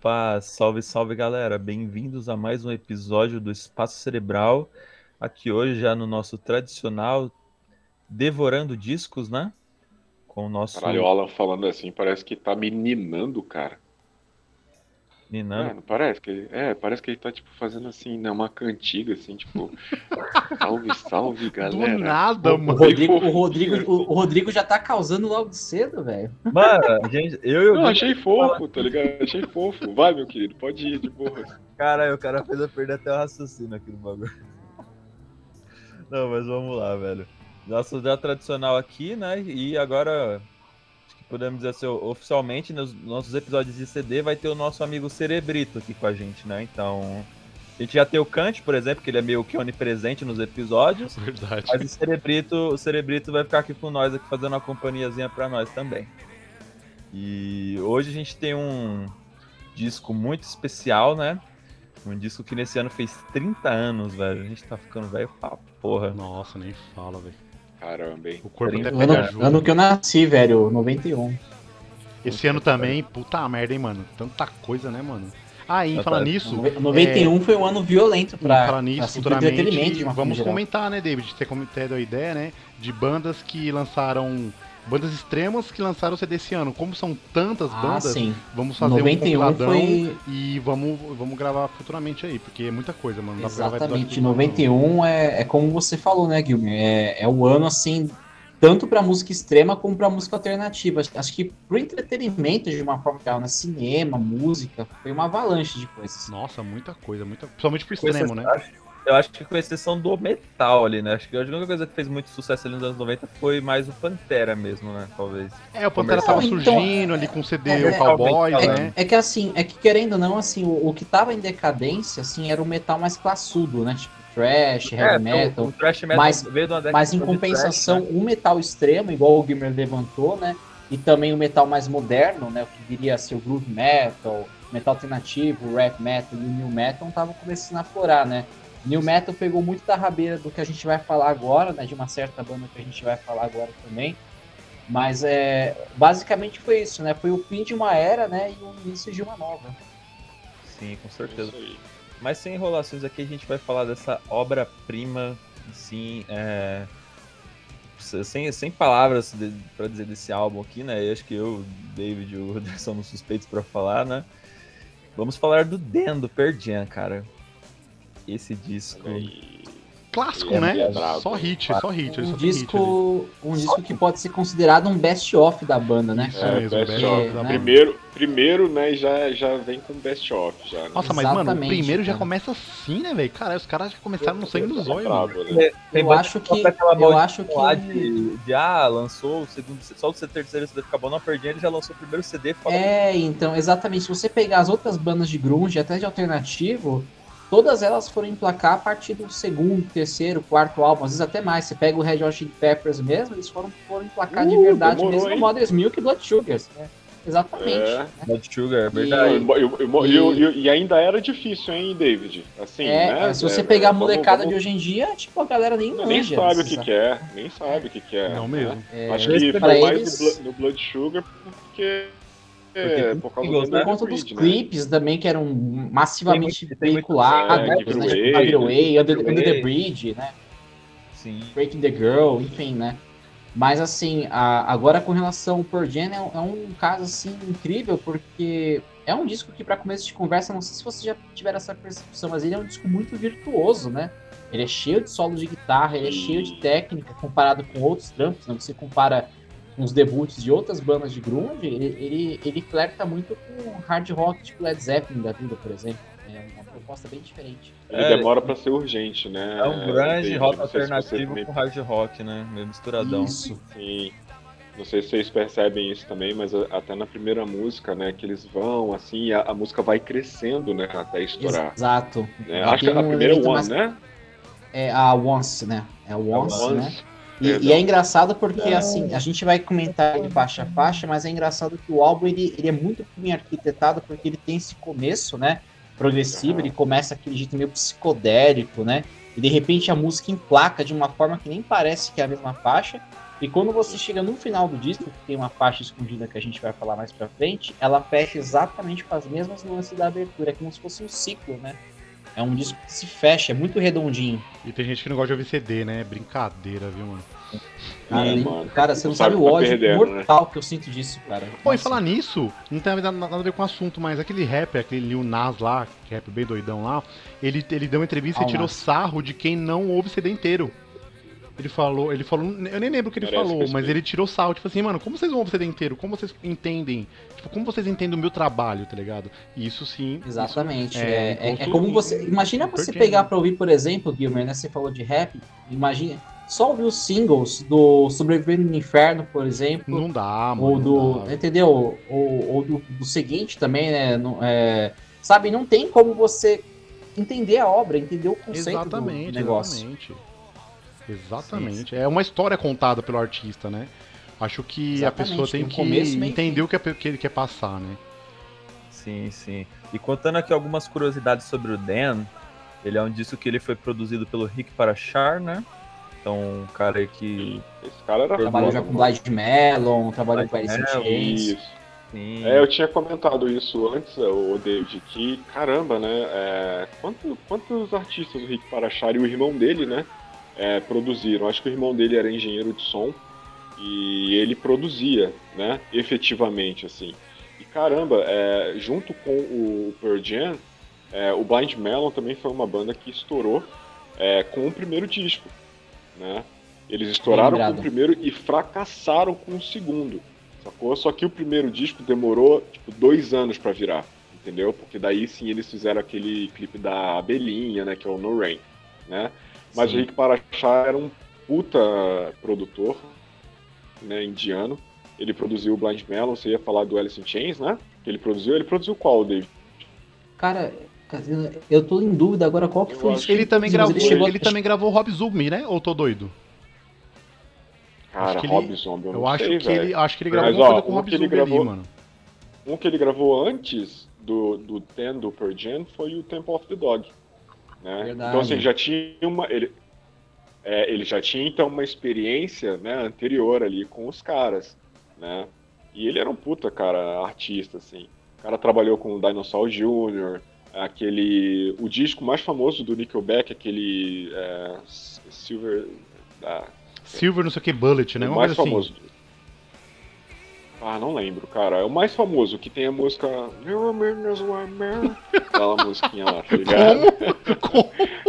Opa, salve, salve galera! Bem-vindos a mais um episódio do Espaço Cerebral. Aqui hoje já no nosso tradicional Devorando Discos, né? Com o Caralho, o nosso Alan falando assim, parece que tá meninando, cara. Ninano. Não parece que parece que ele tá tipo fazendo assim, né, uma cantiga assim, tipo, salve, salve, Do galera. nada, Tipo, mano. bem O Rodrigo, fofinho o assim. Rodrigo já tá causando logo cedo, velho. Mano, eu e o Não, Guilherme, achei fofo, tá ligado? Achei fofo. Vai, meu querido, pode ir de boa. cara, o cara fez eu perder até o raciocínio aqui no bagulho. Não, mas vamos lá, velho. Nosso já tradicional aqui, né? E agora, acho que podemos dizer assim, oficialmente, nos nossos episódios de CD vai ter o nosso amigo Cerebrito aqui com a gente, né? Então, a gente já tem o Kant, por exemplo, que ele é meio que onipresente nos episódios, Verdade. mas o Cerebrito vai ficar aqui com nós, aqui fazendo uma companhiazinha pra nós também. E hoje a gente tem um disco muito especial, né? Um disco que nesse ano fez 30 anos, velho. A gente tá ficando velho pra porra. Nossa, nem fala, velho. Caramba, hein? O corpo até Trinta pega anos. jogo. Ano que eu nasci, velho, 91. Esse ano também, puta merda, hein, mano. Tanta coisa, né, mano? Ah, e Já falar tá- nisso. 91 foi um ano violento pra, Falar nisso, assim, pro entretenimento de futuramente, uma forma vamos geral. comentar, né, David? Você teve a ideia, né? De bandas que lançaram. Bandas extremas que lançaram CD esse ano. Como são tantas bandas, Sim. vamos fazer um 91 compiladão foi... e vamos gravar futuramente aí, porque é muita coisa, mano. Não dá pra gravar episódio Exatamente, por semana, não. 91 é como você falou, né, Guilherme? É o ano, assim, tanto pra música extrema como pra música alternativa. Acho que pro entretenimento, de uma forma geral, né? Cinema, música, foi uma avalanche de coisas. Nossa, muita coisa, muita. Principalmente pro com extremo, né? eu acho que com exceção do metal ali, né? Acho que a única coisa que fez muito sucesso ali nos anos 90 foi mais o Pantera mesmo, né? Talvez. É, o Pantera tava Não, então, surgindo ali com o CD, é- o Cowboys, é- né? É que assim, é que querendo ou não, assim, o que tava em decadência, assim, era o metal mais classudo, né? Tipo thrash, heavy o metal. thrash metal Mas, veio de uma década mas em de compensação, thrash, né? o metal extremo, igual o Gimmer levantou, né? E também o metal mais moderno, né? O que viria a ser o groove metal, metal alternativo, o rap metal e o new metal estavam começando a aflorar, né? New metal pegou muito da rabeira do que a gente vai falar agora, né? De uma certa banda que a gente vai falar agora também. Mas basicamente foi isso, né? Foi o fim de uma era, né? E o início de uma nova. Sim, com É certeza. isso aí. Mas sem enrolações aqui, a gente vai falar dessa obra-prima, sim, sem palavras pra dizer desse álbum aqui, né? Eu acho que eu, o David e o Rodrigo somos suspeitos pra falar, né? Vamos falar do Den, do Pearl Jam, cara. Esse disco... Olha aí. Clássico, É, né? é brabo. Só hit, só hit. Ele Um só tem hit ali. disco que pode ser considerado um best-of da banda, né? Isso É, mesmo, best best of. of da né? banda. Primeiro, né, já vem com best of, já, né? Nossa, mas, mano, o Exatamente, primeiro já cara. começa assim, né, velho? Cara, os caras já começaram no sangue dos olhos, mano. Brabo, né? Eu banda acho que- solta aquela eu maldição acho que- lá lançou o segundo, só o terceiro CD fica bom, não perdi, ele já lançou o primeiro CD, fala Então, exatamente. Se você pegar as outras bandas de grunge, até de alternativo, todas elas foram emplacar a partir do segundo, terceiro, quarto álbum, às vezes até mais. Você pega o Red Hot Chili Peppers mesmo, eles foram emplacar de verdade demorou, mesmo no hein? Mother's Milk e Blood Sugars, né? Exatamente. É. Blood Sugar, é E- verdade. E ainda era difícil, hein, David? Assim, né? Se você pegar a molecada vamos- de hoje em dia, tipo, a galera nem nem manja. sabe o desses- que é, nem sabe o que é. Não né? mesmo. Acho Esse que pra foi mais eles- no Blood Sugar porque tem por causa singles, do né? Por conta dos Creed, né? clipes também, que eram massivamente Tem muito- veiculados, É, né? Give It Tipo, Away, Give It Away, Under the Away. Bridge, né? Sim. Breaking the Girl, enfim, né? Mas assim, agora com relação ao Pearl Jam, é um caso assim incrível, porque é um disco que para começo de conversa, não sei se você já tiver essa percepção, mas ele é um disco muito virtuoso, né? Ele é cheio de solo de guitarra, ele é cheio de técnica comparado com outros trampos, né? Você compara com os debuts de outras bandas de grunge, ele flerta muito com hard rock, tipo Led Zeppelin da vida, por exemplo. É uma proposta bem diferente. Ele É, demora pra ser urgente, né? É um grunge David? rock Não sei se você alternativo também- com hard rock, né? Meio misturadão. Isso. Sim. Não sei se vocês percebem isso também, mas até na primeira música, né, que eles vão, assim, a música vai crescendo, né, até estourar. Exato. Né? Ela Acho que tem a um primeira é elemento One, mais- né? É a Once, né? É o Once, né? Perdão. E é engraçado porque, assim, a gente vai comentar de faixa a faixa, mas é engraçado que o álbum, ele é muito bem arquitetado porque ele tem esse começo, né? Progressivo, ele começa aquele jeito meio psicodélico, né? E de repente a música emplaca de uma forma que nem parece que é a mesma faixa. E quando você chega no final do disco, que tem uma faixa escondida que a gente vai falar mais pra frente, ela fecha exatamente com as mesmas nuances da abertura, é como se fosse um ciclo, né? É um disco que se fecha, é muito redondinho. E tem gente que não gosta de ouvir CD, né? Brincadeira, viu, mano? Cara, você não sabe o que tá ódio perdendo, mortal que eu sinto disso, cara. Pô, e Nossa. falar nisso, não tem nada a ver com o assunto, mas aquele rapper, aquele Lil Nas lá, que é rapper bem doidão lá, ele deu uma entrevista e tirou Nas. sarro de quem não ouve CD inteiro. Ele falou, eu nem lembro o que ele Parece falou, que mas eu ele tirou sarro, tipo assim, mano, como vocês vão ouvir CD inteiro? Como vocês entendem? Tipo, como vocês entendem o meu trabalho, tá ligado? Isso sim. Exatamente. isso É encontro como você. Imagina Pearl você Jam, pegar né? pra ouvir, por exemplo, Gilmer, né? Você falou de rap. Imagina. Só ouvir os singles do Sobrevivendo no Inferno, por exemplo. Não dá, mano. Ou não do. dá. Entendeu? Ou do seguinte também, né? Sabe, não tem como você entender a obra, entender o conceito do negócio. Exatamente. É uma história contada pelo artista, né? Acho que Exatamente, a pessoa tem tem que começo, meio e entender fim. o que ele quer passar, né? Sim, sim. E contando aqui algumas curiosidades sobre o Dan, ele é um disco que ele foi produzido pelo Rick Parashar, né? Então, um cara aí que... Esse cara era Trabalhou foda, já com mano. Blind Melon, trabalhou com Blind Alice in Melon, Chains. Isso. Sim, Eu tinha comentado isso antes, o David, que caramba, né? Quantos artistas o Rick Parashar e o irmão dele, né? Produziram. Acho que o irmão dele era engenheiro de som e ele produzia, né? Efetivamente, assim. E caramba, junto com o Pearl Jam, o Blind Melon também foi uma banda que estourou com o primeiro disco, né? Eles estouraram com o primeiro e fracassaram com o segundo. Sacou? Só que o primeiro disco demorou, tipo, 2 anos pra virar, entendeu? Porque daí sim eles fizeram aquele clipe da abelhinha, né, que é o No Rain, né? Mas Sim. o Rick Parashar era um puta produtor, né, indiano. Ele produziu o Blind Melon, você ia falar do Alice in Chains, né? Que ele produziu qual, David? Cara, eu tô em dúvida agora qual que Eu foi o acho disco Ele que também produziu, mas gravou, chegou ele também gravou Rob Zombie, né? Ou tô doido? Cara, que Rob Zombie, eu não acho sei, que velho. ele, acho que ele gravou Mas, alguma ó, coisa com o um Rob que ele Zombie ali, gravou- mano. Um que ele gravou antes do Ten do Pearl Jam foi o Temple of the Dog, né? Verdade. Então assim, já tinha ele já tinha então uma experiência, né, anterior ali com os caras, né? E ele era um puta, cara, artista, assim. O cara trabalhou com o Dinosaur Jr., o disco mais famoso do Nickelback, aquele Silver... Silver não sei o que, Bullet, né? o Uma mais coisa assim. famoso. Não lembro, cara. É o mais famoso, que tem a música... Aquela musiquinha lá, tá ligado? Como?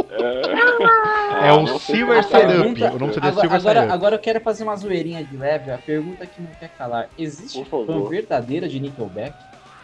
É o não sei Silver cantar. Side Up. O nome do CD é Silver Side Up. Agora eu quero fazer uma zoeirinha de leve. A pergunta que não quer calar. Existe Por favor. fã verdadeira de Nickelback?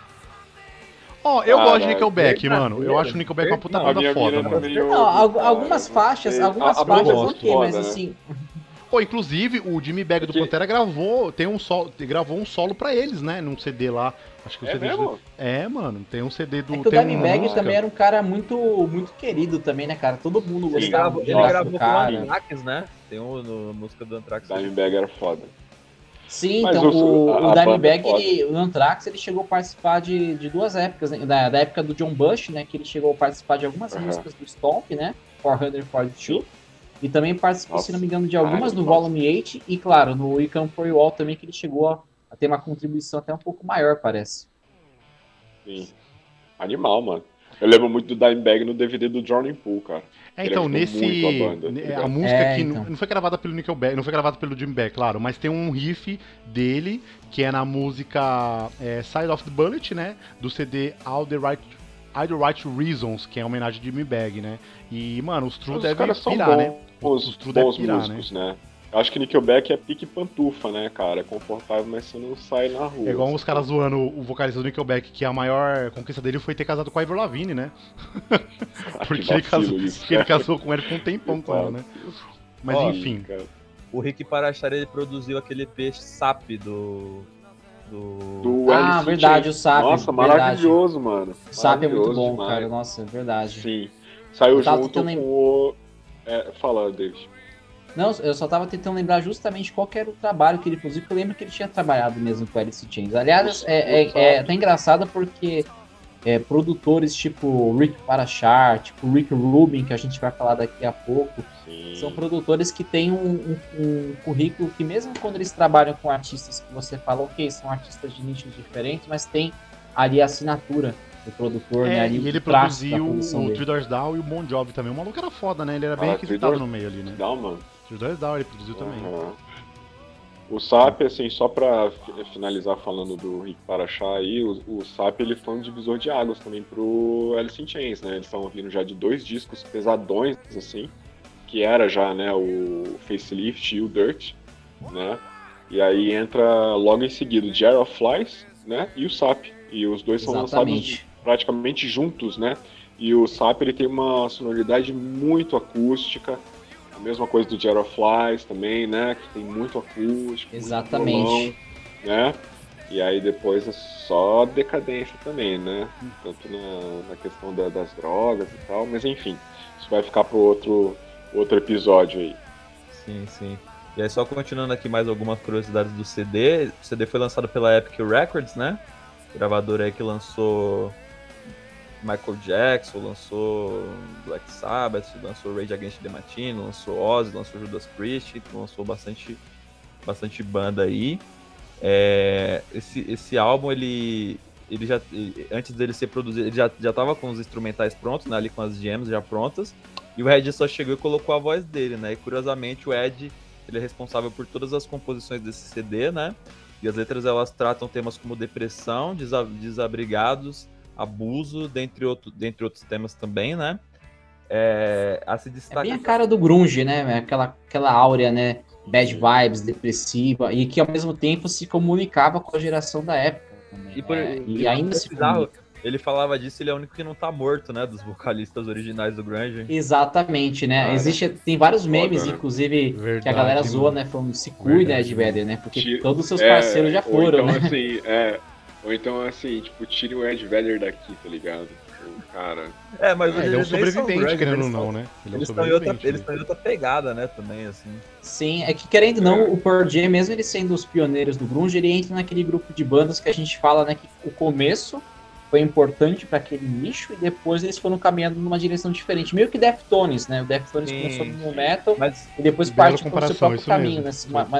Ó, eu Cara, gosto de Nickelback, verdadeira. mano. Eu acho o Nickelback uma puta Não, A banda minha foda, mina mano. também Não, ouve, cara, algumas não faixas, sei. algumas A banda faixas é ok, mas foda, né? assim... Pô, inclusive, o Jimmy Bag do Que- Pantera gravou um solo pra eles, né? Num CD lá. Acho que o É CD mesmo? Mano, tem um CD do. É que o tem uma Dimebag música. também era um cara muito, muito querido também, né, cara? Todo mundo Ele gostava gravou, de ele jogar gravou pro com o cara. Anthrax, né? Tem uma música do Anthrax. Dimebag era foda. Sim, Mas então a o banda Dimebag, é foda. o Anthrax, ele chegou a participar de 2 épocas, né? Da época do John Bush, né? Que ele chegou a participar de algumas Aham. músicas do Stomp, né? 442. E também participou, Nossa, se não me engano, de algumas cara, do Volume 8. E, claro, no We Come For You All também, que ele chegou a ter uma contribuição até um pouco maior, parece. Sim. Animal, mano. Eu lembro muito do Dimebag no DVD do Drowning Pool, cara. Ele Então, ajudou muito a banda, tá a ligado? música que então. não foi gravada pelo Nickelback, não foi gravada pelo Jimmy Beck, claro, mas tem um riff dele, que é na música Side of the Bullet, né? Do CD All the Right Reasons, que é uma homenagem de Jimmy Bag, né? E, mano, os True Mas os devem caras são pirar, né? bons, Os True devem bons pirar, músicos, né? Eu acho que Nickelback é pique pantufa, né, cara? É confortável, mas você não sai na rua. É igual os sacou? caras zoando o vocalista do Nickelback, que a maior conquista dele foi ter casado com a Ivor Lavigne, né? Porque Que ele vacilo casou, isso, porque ele cara. casou com ela com um tempão com ela, né? Mas Ó, enfim. Cara. O Rick Parashar, ele produziu aquele peixe SAP do... Do Ah, Alice in verdade, Chains. o Sap, Nossa, verdade. maravilhoso, mano. O Sap é muito Maravilhoso bom, demais. cara. Nossa, é verdade. Sim. Saiu Eu tava junto com tentando o... Fala, David. Não, eu só tava tentando lembrar justamente qual que era o trabalho que ele produziu, porque eu lembro que ele tinha trabalhado mesmo com Alice in Chains. Aliás, é até engraçado porque produtores tipo Rick Parashar, tipo Rick Rubin, que a gente vai falar daqui a pouco, Sim. São produtores que têm um currículo que, mesmo quando eles trabalham com artistas que você fala, ok, são artistas de nichos diferentes, mas tem ali a assinatura do produtor, né? Ali E ele o traço da produziu produção o dele. Three Doors Down e o Bon Jovi também. O maluco era foda, né? Ele era bem Ah, requisitado Three no meio ali, né? Não, mano. Three Doors Down ele produziu também. Aham. O SAP, assim, só pra finalizar falando do Rick Parachá aí, o SAP ele foi um divisor de águas também pro Alice in Chains, né? Eles estavam vindo já de 2 discos pesadões, assim, que era já, né, o Facelift e o Dirt, né? E aí entra logo em seguida o Jar of Flies, né? E o SAP. E os dois são lançados Exatamente. praticamente juntos, né? E o SAP ele tem uma sonoridade muito acústica, a mesma coisa do Jar of Flies também, né? Que tem muito acústico, Exatamente. muito violão, né? E aí depois é só decadência também, né? Tanto na questão das drogas e tal, mas enfim, isso vai ficar pro outro episódio aí. Sim, sim. E aí, só continuando aqui mais algumas curiosidades do CD. O CD foi lançado pela Epic Records, né? Gravadora aí que lançou Michael Jackson, lançou Black Sabbath, lançou Rage Against the Machine, lançou Ozzy, lançou Judas Priest, lançou bastante banda aí. Esse álbum, ele já, antes dele ser produzido, ele já tava com os instrumentais prontos, né, ali com as jams já prontas, e o Ed só chegou e colocou a voz dele, né, e curiosamente o Ed, ele é responsável por todas as composições desse CD, né, e as letras, elas tratam temas como depressão, desabrigados, abuso, dentre outros temas também, né. Se É destaca... bem a cara do grunge, né? Aquela áurea, né? Bad vibes, depressiva, e que ao mesmo tempo se comunicava com a geração da época também, né? E ainda se comunica. Ele falava disso, ele é o único que não tá morto, né, dos vocalistas originais do grunge. Exatamente, né? Cara, tem vários memes, foda, né? inclusive, Verdade, que a galera zoa, mano. né? Falando, se cuida, Verdade, Ed Vedder, né? Porque Tira- todos os seus parceiros já ou foram, então né? assim, ou então assim, tipo, tire o Ed Vedder daqui, tá ligado? O cara. Mas hoje Ele é um eles nem são sobrevivente, grunge, querendo ou eles não, são- né? Ele é um Eles estão em outra, sobrevivente. eles estão em outra pegada, né, também, assim. Sim, é que querendo ou não, o Pearl Jam, mesmo ele sendo os pioneiros do grunge, ele entra naquele grupo de bandas que a gente fala, né, que o começo foi importante para aquele nicho e depois eles foram caminhando numa direção diferente, meio que Deftones, né? O Deftones Sim, começou no sim. metal Mas, e depois Bela partiu para o seu comparação, próprio isso caminho, mesmo. né?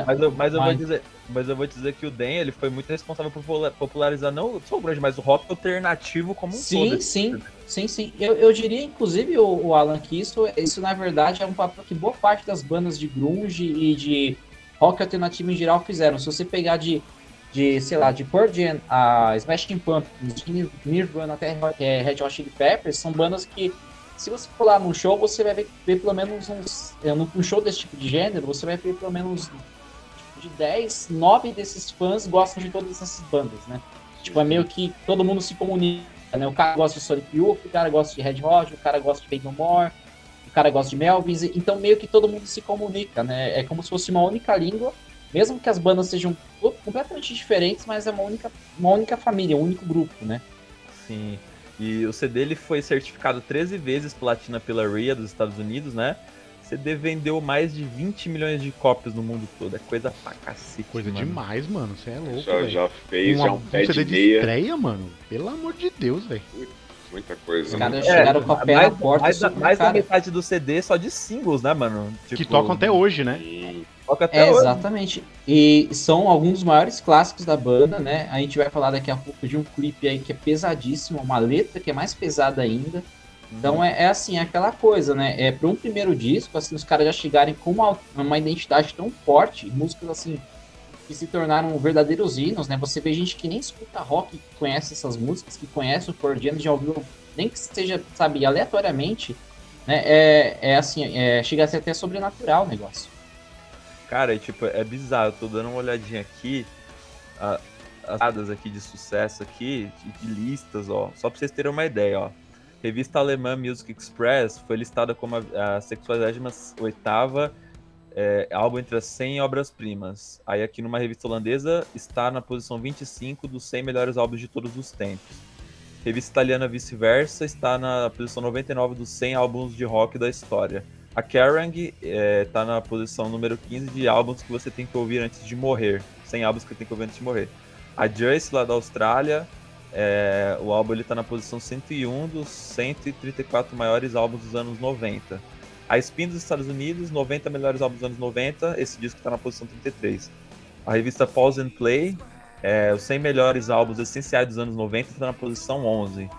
mas eu vou dizer que o Dan, ele foi muito responsável por popularizar não só o grunge, mas o rock alternativo como um todo. Sim. Eu diria, inclusive, o Alan, que isso na verdade é um papel que boa parte das bandas de grunge e de rock alternativo em geral fizeram. Se você pegar sei lá, de Pearl Jam, a Smashing Pumpkins, de Nirvana até Red Hot Chili Peppers, são bandas que, se você for lá num show, você vai ver pelo menos num show desse tipo de gênero, você vai ver pelo menos de 10, 9 desses fãs gostam de todas essas bandas, né? Tipo, é meio que todo mundo se comunica, né? O cara gosta de Sonic Youth, o cara gosta de Red Hot, o cara gosta de Faith No More, o cara gosta de Melvins, então meio que todo mundo se comunica, né? É como se fosse uma única língua, mesmo que as bandas sejam completamente diferentes, mas é uma única família, um único grupo, né? Sim. E o CD, ele foi certificado 13 vezes platina pela RIA dos Estados Unidos, né? O CD vendeu mais de 20 milhões de cópias no mundo todo. É coisa pra cacete, Coisa mano. demais, mano. Você é louco, Já, velho. já fez, já um pé CD de de meia. estreia, mano. Pelo amor de Deus, velho. Muita coisa. Os caras né? chegaram com a pé na porta e mais da cara. metade do CD só de singles, né, mano? Que Tipo, tocam até hoje, né? E toca até hoje. Exatamente. E são alguns dos maiores clássicos da banda, né? A gente vai falar daqui a pouco de um clipe aí que é pesadíssimo, uma letra que é mais pesada ainda. Então é assim, é aquela coisa, né? Para um primeiro disco, assim, os caras já chegarem com uma identidade tão forte, músicas assim que se tornaram verdadeiros hinos, né? Você vê gente que nem escuta rock, que conhece essas músicas, que conhece o Pearl Jam, já ouviu, nem que seja, sabe, aleatoriamente, né? Chega a ser até sobrenatural o negócio. Cara, tipo, é bizarro. Eu tô dando uma olhadinha aqui, as dadas aqui de sucesso aqui, de listas, ó. Só pra vocês terem uma ideia, ó. Revista alemã Music Express foi listada como a 68ª álbum entre as 100 obras-primas. Aí aqui numa revista holandesa está na posição 25 dos 100 melhores álbuns de todos os tempos. Revista italiana Vice-Versa está na posição 99 dos 100 álbuns de rock da história. A Kerrang está na posição número 15 de álbuns que você tem que ouvir antes de morrer. 100 álbuns que tem que ouvir antes de morrer. A Juice, lá da Austrália, o álbum está na posição 101 dos 134 maiores álbuns dos anos 90. A Spin dos Estados Unidos, 90 melhores álbuns dos anos 90, esse disco tá na posição 33. A revista Pause and Play, os 100 melhores álbuns essenciais dos anos 90, tá na posição 11.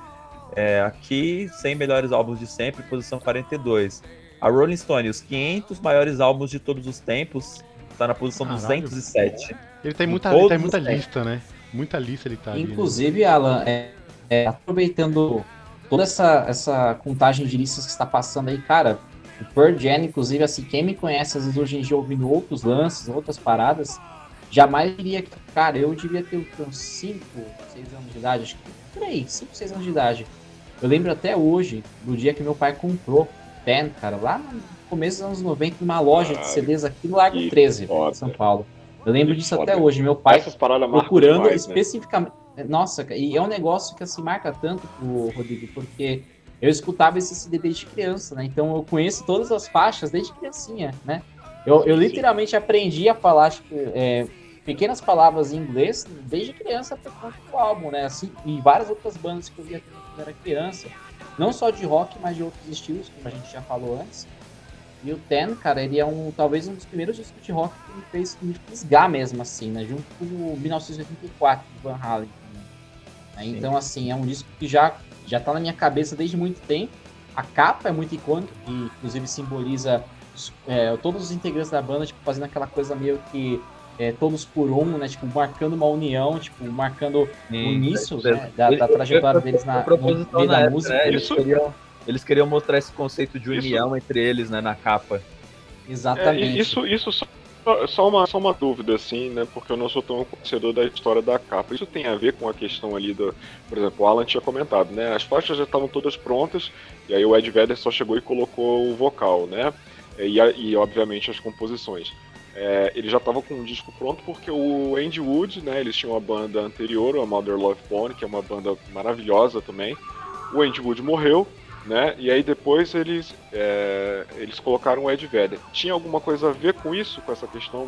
Aqui, 100 melhores álbuns de sempre, posição 42. A Rolling Stone, os 500 maiores álbuns de todos os tempos, tá na posição 207. Ele tem muita lista, né? Muita lista ele tá ali. Inclusive, né? Alan, aproveitando toda essa contagem de listas que está passando aí, cara, o Pearl Jam, inclusive, assim, quem me conhece, às vezes, hoje em dia, ouvindo outros lances, outras paradas, jamais diria que, cara, eu devia ter uns 5, 6 anos de idade, acho que por aí, 5, 6 anos de idade. Eu lembro até hoje, do dia que meu pai comprou Ten, cara, lá no começo dos anos 90, numa loja de CDs aqui no Largo 13, em São Paulo. Eu lembro disso até hoje, meu pai procurando demais, especificamente... Né? Nossa, e é um negócio que, assim, marca tanto pro Rodrigo, porque eu escutava esse CD desde criança, né? Então eu conheço todas as faixas desde criancinha, né? Eu literalmente aprendi a falar, tipo, pequenas palavras em inglês desde criança por conta do álbum, né? Assim, e várias outras bandas que eu via quando eu era criança. Não só de rock, mas de outros estilos, como a gente já falou antes. E o Ten, cara, ele é talvez um dos primeiros discos de rock que me fez fisgar mesmo, assim, né? Junto com o 1984, do Van Halen. Né? Então, assim, é um disco que já tá na minha cabeça desde muito tempo. A capa é muito icônica, que inclusive simboliza todos os integrantes da banda, tipo, fazendo aquela coisa meio que todos por um, né? Tipo, marcando uma união, tipo, marcando o início, né? da trajetória deles no meio da música. Né? Eles queriam mostrar esse conceito de união entre eles, né, na capa. Exatamente. Isso só uma dúvida, assim, né? Porque eu não sou tão conhecedor da história da capa. Isso tem a ver com a questão ali por exemplo, o Alan tinha comentado, né? As faixas já estavam todas prontas, e aí o Ed Vedder só chegou e colocou o vocal, né? E obviamente as composições. Ele já estava com um disco pronto porque o Andy Wood, né? Eles tinham uma banda anterior, a Mother Love Bone, que é uma banda maravilhosa também. O Andy Wood morreu, né? E aí depois eles colocaram o Ed Vedder. Tinha alguma coisa a ver com isso, com essa questão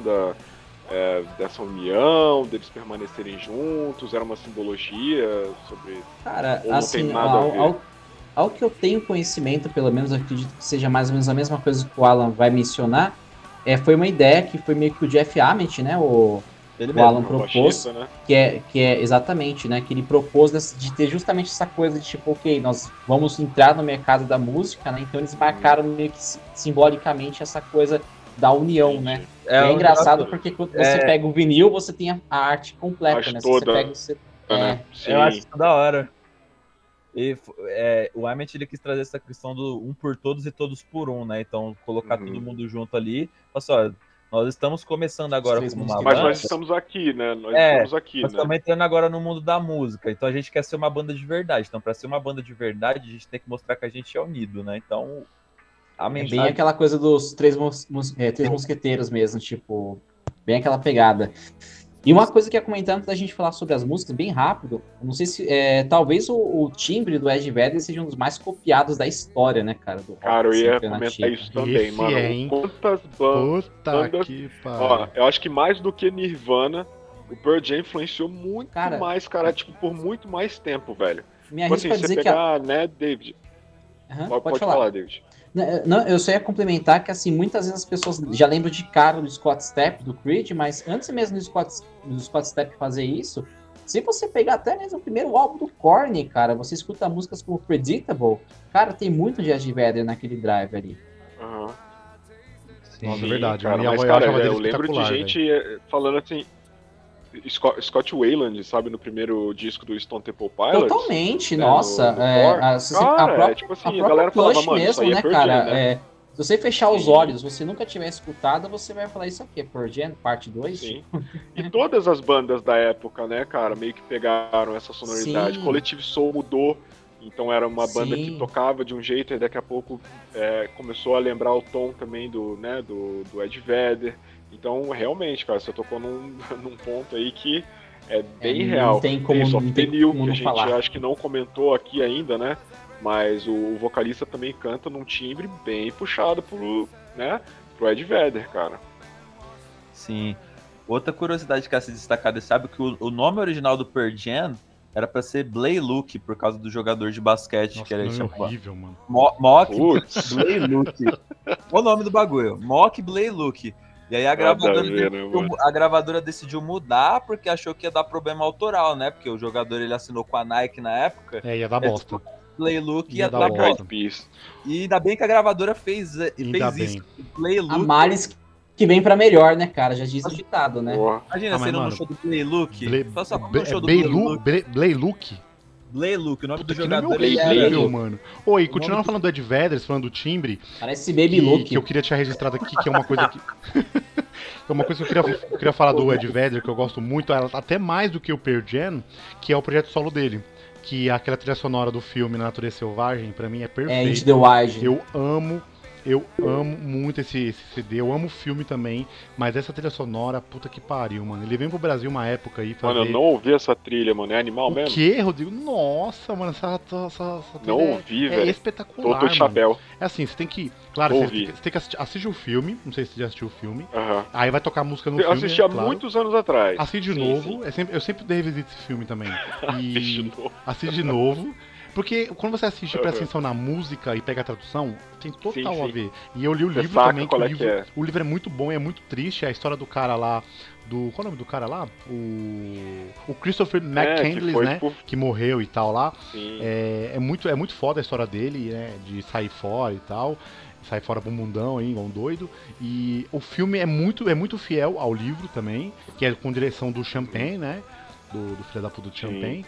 dessa união, deles permanecerem juntos? Era uma simbologia sobre... Cara, ou assim, não tem nada a ver? ao que eu tenho conhecimento, pelo menos eu acredito que seja mais ou menos a mesma coisa que o Alan vai mencionar, foi uma ideia que foi meio que o Jeff Ament, né? O Alan propôs, baixista, né? que é exatamente, né? Que ele propôs de ter justamente essa coisa de tipo, ok, nós vamos entrar no mercado da música, né? Então eles marcaram meio que simbolicamente essa coisa da união, né? É engraçado porque quando você pega o vinil, você tem a arte completa, né? Toda, você pega, eu acho isso da hora. E o Ament, ele quis trazer essa questão do um por todos e todos por um, né? Então, colocar todo mundo junto ali. Olha, nós estamos começando agora como uma banda. Mas nós estamos aqui, né? Nós estamos entrando agora no mundo da música. Então, a gente quer ser uma banda de verdade. Então, para ser uma banda de verdade, a gente tem que mostrar que a gente é unido, né? Então, a mensagem... bem aquela coisa dos três mosqueteiros mesmo, tipo... Bem aquela pegada. E uma coisa que ia comentar antes da gente falar sobre as músicas, bem rápido, não sei se talvez o timbre do Ed Vedder seja um dos mais copiados da história, né, cara? Cara, eu ia comentar isso também, mano. Quantas bandas... Ó, eu acho que mais do que Nirvana, o Pearl Jam influenciou muito mais, cara, tipo, por muito mais tempo, velho. Me arrisco a dizer né, David? Pode falar, David. Não, eu só ia complementar que, assim, muitas vezes as pessoas já lembram de cara do Scott Stapp, do Creed, mas antes mesmo do Scott Stapp fazer isso, se você pegar até mesmo o primeiro álbum do Korn, cara, você escuta músicas como Predictable, cara, tem muito de Ed Vedder naquele drive ali. Sim, nossa, é verdade. Cara, mas, cara, eu lembro de gente falando assim... Scott Weiland, sabe, no primeiro disco do Stone Temple Pilots. Totalmente, nossa. Tipo assim, a galera falava, mano, mesmo, isso aí né, Pearl cara? Jam, né? Se você fechar os olhos, você nunca tiver escutado, você vai falar, isso aqui é Pearl Jam, parte 2? Sim. E todas as bandas da época, né, cara, meio que pegaram essa sonoridade. Sim. Collective Soul mudou, então era uma banda Sim. que tocava de um jeito, e daqui a pouco começou a lembrar o tom também do Ed Vedder. Então, realmente, cara, você tocou num ponto aí que é bem real. Não tem como que a gente falar. acho que não comentou aqui ainda, né? Mas o vocalista também canta num timbre bem puxado pro Ed Vedder, cara. Sim. Outra curiosidade que é se destacar, sabe que o nome original do Pearl Jam era pra ser Blay Luke, por causa do jogador de basquete. Nossa, que ele é horrível, mano. Mock Blay Luke. o nome do bagulho, Mock Blaylook. E aí a gravadora, ver, né, mano? a gravadora decidiu mudar porque achou que ia dar problema autoral, né? Porque o jogador ele assinou com a Nike na época. Ia dar bosta. Playlook Ia ia dar dar bosta. bosta. E ainda bem que a gravadora fez Ainda isso. bem. Playlook. A males que vem pra melhor, né, cara? Já diz o ditado, né? Porra. Imagina mas, sendo mano, no show do Playlook. Só no show do Blaylook? Playlook, o nome do Que nome jogador Play- horrível, Play- mano. Oi, O continuando nome do- falando do Ed Vedder, falando do timbre, Parece Baby que Look. eu queria tinha registrado aqui, que é uma coisa que... é uma coisa que eu queria falar do Ed Vedder, que eu gosto muito, até mais do que o Pearl Jam, que é o projeto solo dele. Que aquela trilha sonora do filme Na Natureza Selvagem, pra mim, é perfeito. Into the Wild. Eu amo muito esse CD, eu amo o filme também, mas essa trilha sonora, puta que pariu, mano. Ele veio pro Brasil uma época aí fazer... Mano, eu não ouvi essa trilha, mano. É animal O mesmo? quê, Rodrigo? Nossa, mano, essa trilha Não ouvi, é velho. espetacular, Tô de chapéu. É assim, você tem que... Claro, Ouvi. você tem que assistir o filme, não sei se você já assistiu o filme, Aham. aí vai tocar música no Eu filme, assisti há claro. muitos anos atrás. Assiste de Sim, novo, sim. eu sempre revisito esse filme também. Assiste de novo. Assiste de novo. Porque quando você assiste e presta Uhum. atenção na música e pega a tradução, tem total Sim, a sim. ver. E eu li o Você livro saca também, que qual o é livro, que é. o livro é muito bom e é muito triste. A história do cara lá, qual é o nome do cara lá? O Christopher McCandless, foi né? por- Que morreu e tal lá. Sim. É muito foda a história dele, né? De sair fora e tal. Sair fora pro mundão aí, igual um doido. E o filme é muito fiel ao livro também, que é com direção do Champagne, né? Do filho da puta do Sim. Champagne.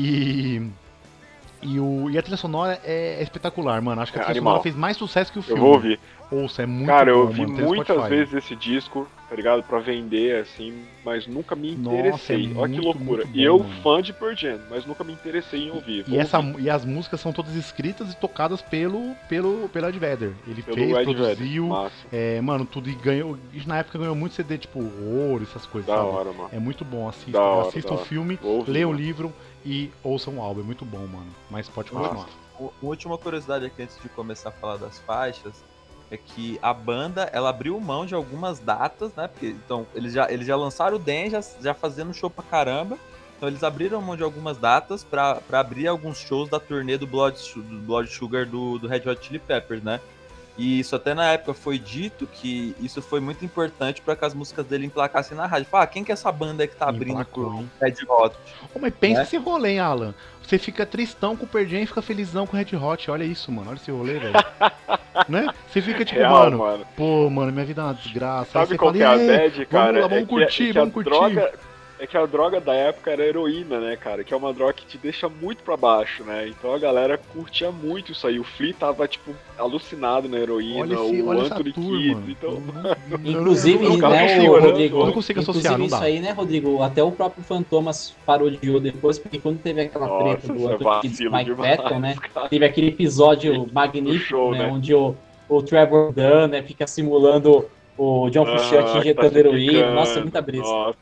E a trilha sonora é espetacular, mano. Acho que a É trilha animal. sonora fez mais sucesso que o Eu filme. vou ouvir. Ouça, é muito Cara, bom, eu vi mano. Tem no muitas Spotify. vezes esse disco, tá ligado? Pra vender, assim, mas nunca me Nossa, interessei. é Olha que muito, loucura. muito E bom, eu, mano. fã de Pearl Jam, mas nunca me interessei em ouvir. Vou ouvir. E as músicas são todas escritas e tocadas pelo Ed Vedder. Ele Pelo fez, Ed produziu, Vedder. Massa. mano, tudo e ganhou. E na época ganhou muito CD, tipo ouro, essas coisas, Da sabe? hora, mano. É muito bom, assistam. Da hora, Assistam da o hora. filme, Vou ouvir, leiam o mano. livro e ouçam o álbum. É muito bom, mano. Mas pode Massa. continuar. Uma última curiosidade aqui antes de começar a falar das faixas é que a banda ela abriu mão de algumas datas, né? Porque então eles já lançaram o Den já fazendo show pra caramba. Então eles abriram mão de algumas datas pra abrir alguns shows da turnê do Blood Sugar do Red Hot Chili Peppers, né? E isso até na época foi dito que isso foi muito importante para que as músicas dele emplacassem na rádio. Fala, quem que é essa banda aí que tá abrindo Emplacou, pro hein? Red Hot? Ô, mas pensa Né? esse rolê, hein, Alan. Você fica tristão com o Pearl Jam e fica felizão com o Red Hot. Olha isso, mano. Olha esse rolê, velho. Né? Você fica tipo, Real, mano, pô, mano, minha vida é uma desgraça. Aí Sabe você qual fala, que é a "E aí, bad, cara? Vamos lá, vamos curtir, vamos curtir." É que a droga da época era a heroína, né, cara? Que é uma droga que te deixa muito pra baixo, né? Então a galera curtia muito isso aí. O Flea tava, tipo, alucinado na heroína, o olha essa Anthony tour, Kidd. mano. Então, Inclusive, eu não cara, né, consigo, o chorando, Rodrigo. eu não consigo associar, não Inclusive, isso dá. aí, né, Rodrigo? Até o próprio Fantomas parodiou depois, porque quando teve aquela treta nossa, do isso é Anthony Kidd vacilo Mike demais, Patton, né? cara. Teve aquele episódio magnífico, show, né? né? Onde o Trevor Dunn, né, fica simulando o John Frusciante injetando tá heroína. ficando. Nossa, é muita brisa. Nossa,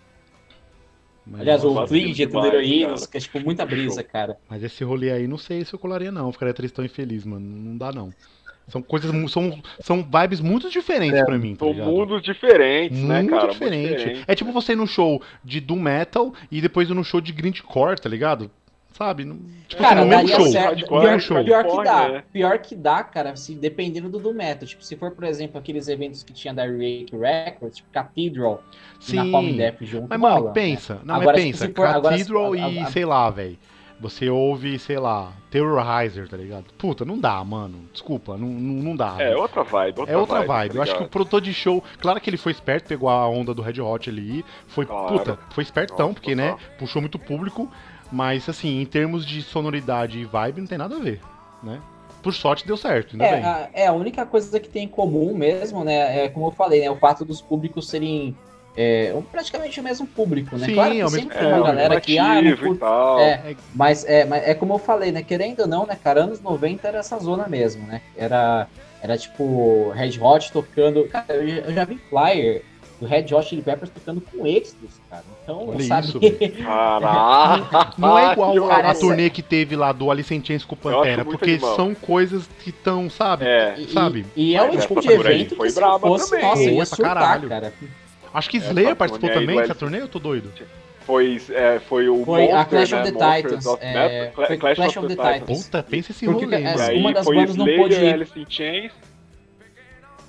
Mas, Aliás, nossa, o vacilo Flea injetando demais, heroína, cara. que é tipo muita brisa, Show. cara. mas esse rolê aí, não sei se eu colaria, não. Eu ficaria tristão e feliz, mano. Não dá, não. São coisas, são vibes muito diferentes pra mim, tá São ligado? mundos diferentes, né, Muito cara? diferente. Muito diferente. É tipo você ir no show de Doom Metal e depois ir no show de Grindcore, tá ligado? Sabe? Tipo Cara, assim, no mesmo daria show. certo. Hardcore, Pior, show. pior que dá. Hardcore, né? Pior que dá, cara, se, dependendo do método. Tipo, se for, por exemplo, aqueles eventos que tinha da Rake Records, tipo Cathedral e na Palm Sim. Death junto. Mas, mano, rola, pensa. né? Não, Agora, mas tipo, pensa. se for- agora, Cathedral se- e, sei lá, velho. Você ouve, sei lá, Terrorizer, tá ligado? Puta, não dá, mano. Desculpa, não dá. É velho. outra vibe. É outra vibe. tá Eu acho que o ligado? produtor de show, claro que ele foi esperto, pegou a onda do Red Hot ali, foi, Claro. puta, foi espertão, Nossa, porque, né, total. puxou muito público, mas, assim, em termos de sonoridade e vibe, não tem nada a ver, né? Por sorte deu certo, ainda bem. A única coisa que tem em comum mesmo, né? É como eu falei, né? O fato dos públicos serem praticamente o mesmo público, né? Sim, claro que é o mesmo sempre tem uma público, galera que, não e curte. tal. Mas é como eu falei, né? Querendo ou não, né, cara, anos 90 era essa zona mesmo, né? Era tipo Red Hot tocando. Cara, eu já vi flyer do Red Hot Chili Peppers tocando com Exodus, cara. Então, Olha sabe? isso, velho. Caraca! Não é igual que a parece- turnê que teve lá do Alice in Chains com o Eu acho Pantera, muito porque animal. são coisas que estão, sabe? É. Sabe? E é o Mas tipo essa de por aí evento foi que se braba fosse, também. nossa, Foi ia pra surtar, caralho. cara. Acho que Slayer Essa participou turnê aí também do dessa Alice- turnê, eu tô doido? Foi o Foi a Monster, Clash né? of the Monsters Titans, of Metal. foi Clash of the Titans. Puta, pensa esse Porque, rolê, é, mano. E aí uma das foi bandas não Slayer, pôde ir. Alice in Chains.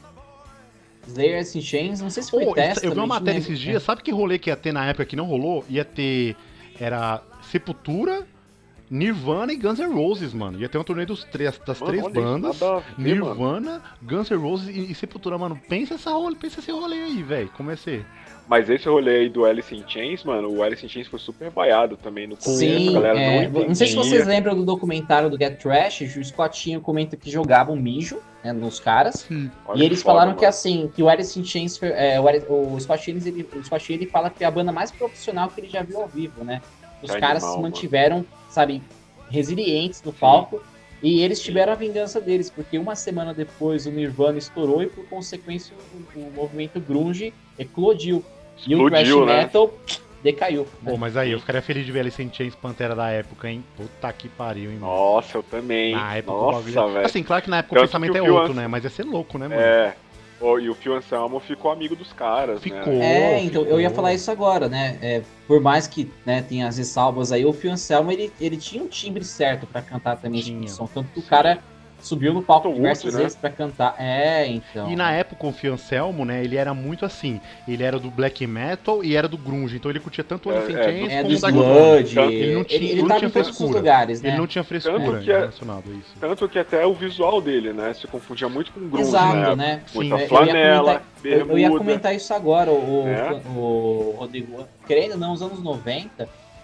Slayer, Alice in Chains, não sei se foi Pô, teste. eu vi uma também, matéria né? esses dias, sabe que rolê que ia ter na época que não rolou? Ia ter. Era Sepultura, Nirvana e Guns N' Roses, mano. Ia ter um torneio das Mano, três olha isso, bandas. nada a ver, Nirvana, Guns N' Roses e Sepultura, mano. Pensa esse rolê aí, velho. Como ia ser? Mas esse rolê aí do Alice in Chains, mano, o Alice in Chains foi super vaiado também no começo, a Sim, galera não entendia. não sei se vocês lembram do documentário do Get Trash, o Scottinho comenta que jogavam mijo, né, nos caras. Olha E eles foda, falaram mano. que assim, que o Alice in Chains, o Scottinho ele fala que é a banda mais profissional que ele já viu ao vivo, né? Os Que caras animal, se mantiveram, sabe, resilientes no palco. E eles tiveram a vingança deles, porque uma semana depois o Nirvana estourou e por consequência o movimento grunge eclodiu. E o thrash Explodiu, né? metal decaiu. Pô, mas aí, eu ficaria feliz de ver Alice in Chains Pantera da época, hein? Puta que pariu, hein, mano? Nossa, eu também. Na época o Nossa, bagulho. velho. Assim, claro que na época Tanto o pensamento que é o Phil outro, Anselmo- né? Mas ia ser louco, né, mano? É. E o Phil Anselmo ficou amigo dos caras, Ficou. né? Então, eu ia falar isso agora, né? Por mais que, né, tenha as ressalvas aí, o Phil Anselmo, ele tinha um timbre certo pra cantar também esse tipo de som. Tanto que o cara subiu no palco Tom diversas Wood, né? vezes pra cantar. Então. E na época o Phil Anselmo, né, ele era muito assim. Ele era do black metal e era do grunge. Então ele curtia tanto o Alice in Chains É do como o Dark sludge. Throne. Ele não tinha, ele ele não tava tinha em todos os frescura. lugares, né? Ele não tinha frescura Tanto que é- relacionado a isso. Tanto que até o visual dele, né? Se confundia muito com grunge, Exato, né? né? Muita Sim. flanela, bermuda. Eu ia comentar isso agora, É. o Rodrigo. Querendo ou não, nos anos 90,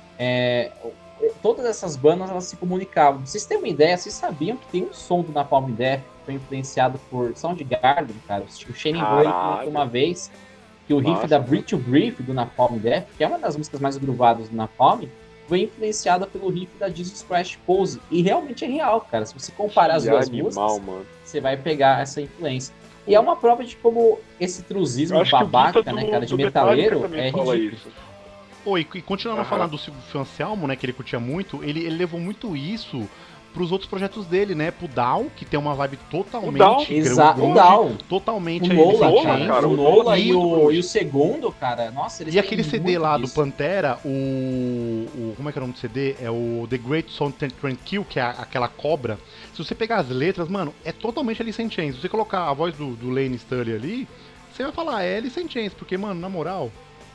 todas essas bandas elas se comunicavam. Pra vocês terem uma ideia, vocês sabiam que tem um som do Napalm Death que foi influenciado por Soundgarden, cara. O Shane Boy Caralho. comentou uma vez que o riff Nossa. da Breathe to Breathe do Napalm Death, que é uma das músicas mais groovadas do Napalm, foi influenciada pelo riff da Jesus Christ Pose. E realmente é real, cara. Se você comparar as Que duas animal, músicas, mano. você vai pegar essa influência. E é uma prova de como esse truzismo Eu acho que o babaca, Guita né, cara, de do Metallica metaleiro também é fala ridículo. isso. Pô, e continuando Aham. falando do Phil Anselmo, né, que ele curtia muito, ele levou muito isso pros outros projetos dele, né? Pro Down, que tem uma vibe totalmente Exato, o grunge, Down. totalmente O Alice in Nola, Chains. cara, o o Nola Nola é e muito o grunge. segundo, cara, nossa, eles E têm aquele CD muito lá do disso. Pantera, como é que é o nome do CD? É o The Great Sound Tranquil, que é aquela cobra. Se você pegar as letras, mano, é totalmente Alice in Chains. Se você colocar a voz do Lane Staley ali, você vai falar, é Alice in Chains, porque, mano, na moral,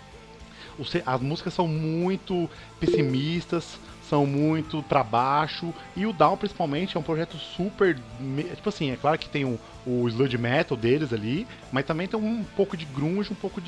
as músicas são muito pessimistas, são muito pra baixo, e o Down, principalmente, é um projeto super... Tipo assim, é claro que tem o sludge metal deles ali, mas também tem um pouco de grunge, um pouco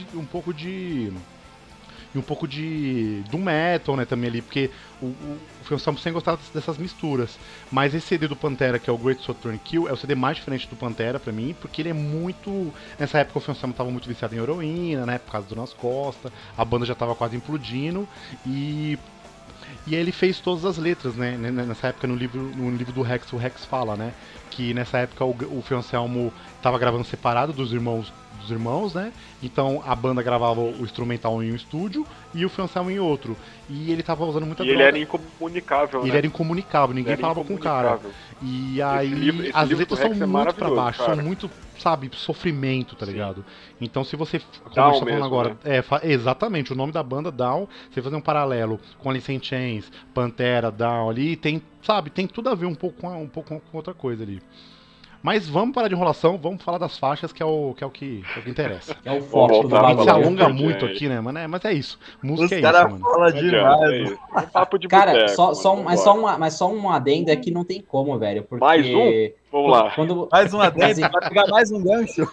do metal, né, também ali, porque o Phil Anselmo sempre gostava dessas misturas. Mas esse CD do Pantera, que é o Great Southern Kill, é o CD mais diferente do Pantera pra mim, porque ele é muito... Nessa época o Phil Anselmo tava muito viciado em heroína, né, por causa do Nas Costas, a banda já tava quase implodindo, e aí ele fez todas as letras, né, nessa época no livro do Rex, o Rex fala, né, que nessa época o Phil Anselmo tava gravando separado dos irmãos, né? Então a banda gravava o instrumental em um estúdio e o Phil Anselmo em outro. E ele tava usando muita E droga. ele era incomunicável, Ele né? era incomunicável, ninguém falava com o cara. E aí esse as livro letras do são Rex é muito pra maravilhoso, baixo, cara. são muito, sabe, sofrimento, tá Sim. ligado? Então se você, como a gente Down tá falando mesmo, agora, né? exatamente, o nome da banda Down, você fazer um paralelo com Alice in Chains, Pantera, Down ali, tem tudo a ver um pouco com outra coisa ali. Mas vamos parar de enrolação, vamos falar das faixas, que é o que interessa. É o Vamos foco do voltar A a gente se falar bagulho. alonga de muito Purge, aqui, né, mano? Mas é isso. Os Música é isso, caras mano. falam Não adianta, demais. é isso. É papo de Cara, boteco, mano, vambora. mas só um adendo é que não tem como, velho, porque... Mais um? Vamos lá. Quando, Mais um adendo, assim, vai pegar mais um gancho.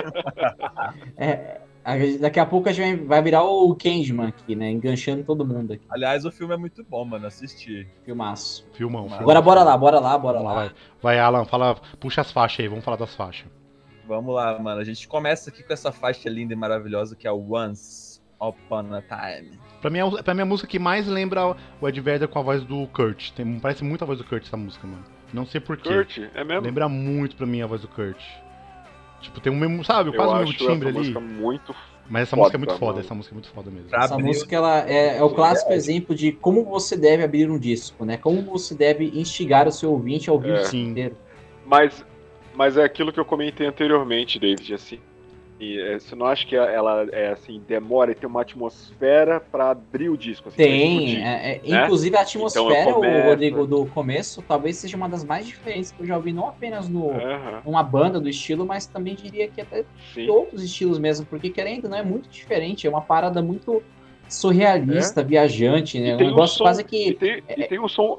daqui a pouco a gente vai virar o Candyman aqui, né? Enganchando todo mundo aqui. Aliás, o filme é muito bom, mano. Assisti. Filmaço. Filmão. Agora bora lá. Vamos lá, vai, Alan, puxa as faixas aí, vamos falar das faixas. Vamos lá, mano. A gente começa aqui com essa faixa linda e maravilhosa que é o Once Upon a Time. Pra mim é a música que mais lembra o Ed Vedder com a voz do Kurt. Parece muito a voz do Kurt essa música, mano. Não sei porquê. Kurt, é mesmo? Lembra muito pra mim a voz do Kurt. Tipo, tem um mesmo, sabe, quase o mesmo timbre ali. Música muito Mas essa foda, música é muito foda, mano. essa música é muito foda mesmo. Pra Essa abrir música ela é o clássico exemplo de como você deve abrir um disco, né? Como você deve instigar o seu ouvinte a ouvir o disco Sim. inteiro. Mas é aquilo que eu comentei anteriormente, David, assim. você não acha que ela assim, demora e tem uma atmosfera pra abrir o disco, assim, pra Tem, explodir, né? inclusive a Então eu atmosfera, o começo. Rodrigo, do começo, talvez seja uma das mais diferentes que eu já ouvi, não apenas Aham, numa banda do estilo, mas também diria que até de sim. outros estilos mesmo, porque querendo, não é muito diferente, é uma parada muito É. surrealista, viajante, E né? Um tem um negócio som. quase E que. tem, e tem um som.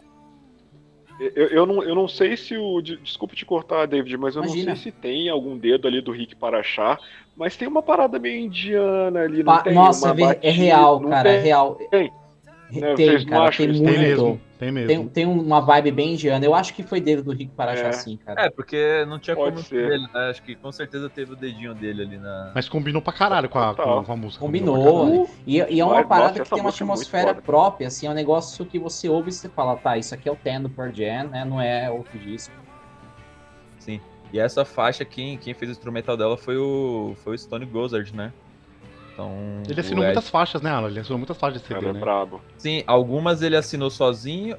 Eu não sei se o. Desculpa te cortar, David, mas eu não sei Imagina. se tem algum dedo ali do Rick Parachá, mas tem uma parada meio indiana ali, não tem? Nossa, Uma é batida. real, Não cara, é tem? real. Né? Tem, Vocês não cara, tem acham isso Tem também? mesmo, muito. tem mesmo. Tem uma vibe bem indiana. Eu acho que foi dele do Rick Paracha, É, sim, cara. Porque não tinha pode como ser. dele, né? Acho que com certeza teve o dedinho dele ali na. Mas combinou pra caralho com Total. a música. Combinou, né? Pra E é uma Demais. parada Nossa, que essa tem uma música é muito atmosfera foda. própria, assim, é um negócio que você ouve e você fala, tá, isso aqui é o Ten do Pearl Jam, né? Não é outro disco. Sim. E essa faixa, quem fez o instrumental dela foi o Stone Gossard, né? Então. Ele assinou muitas faixas, né, Alan? Ele assinou muitas faixas de CD, Cara, é né? brabo. Sim, algumas ele assinou sozinho.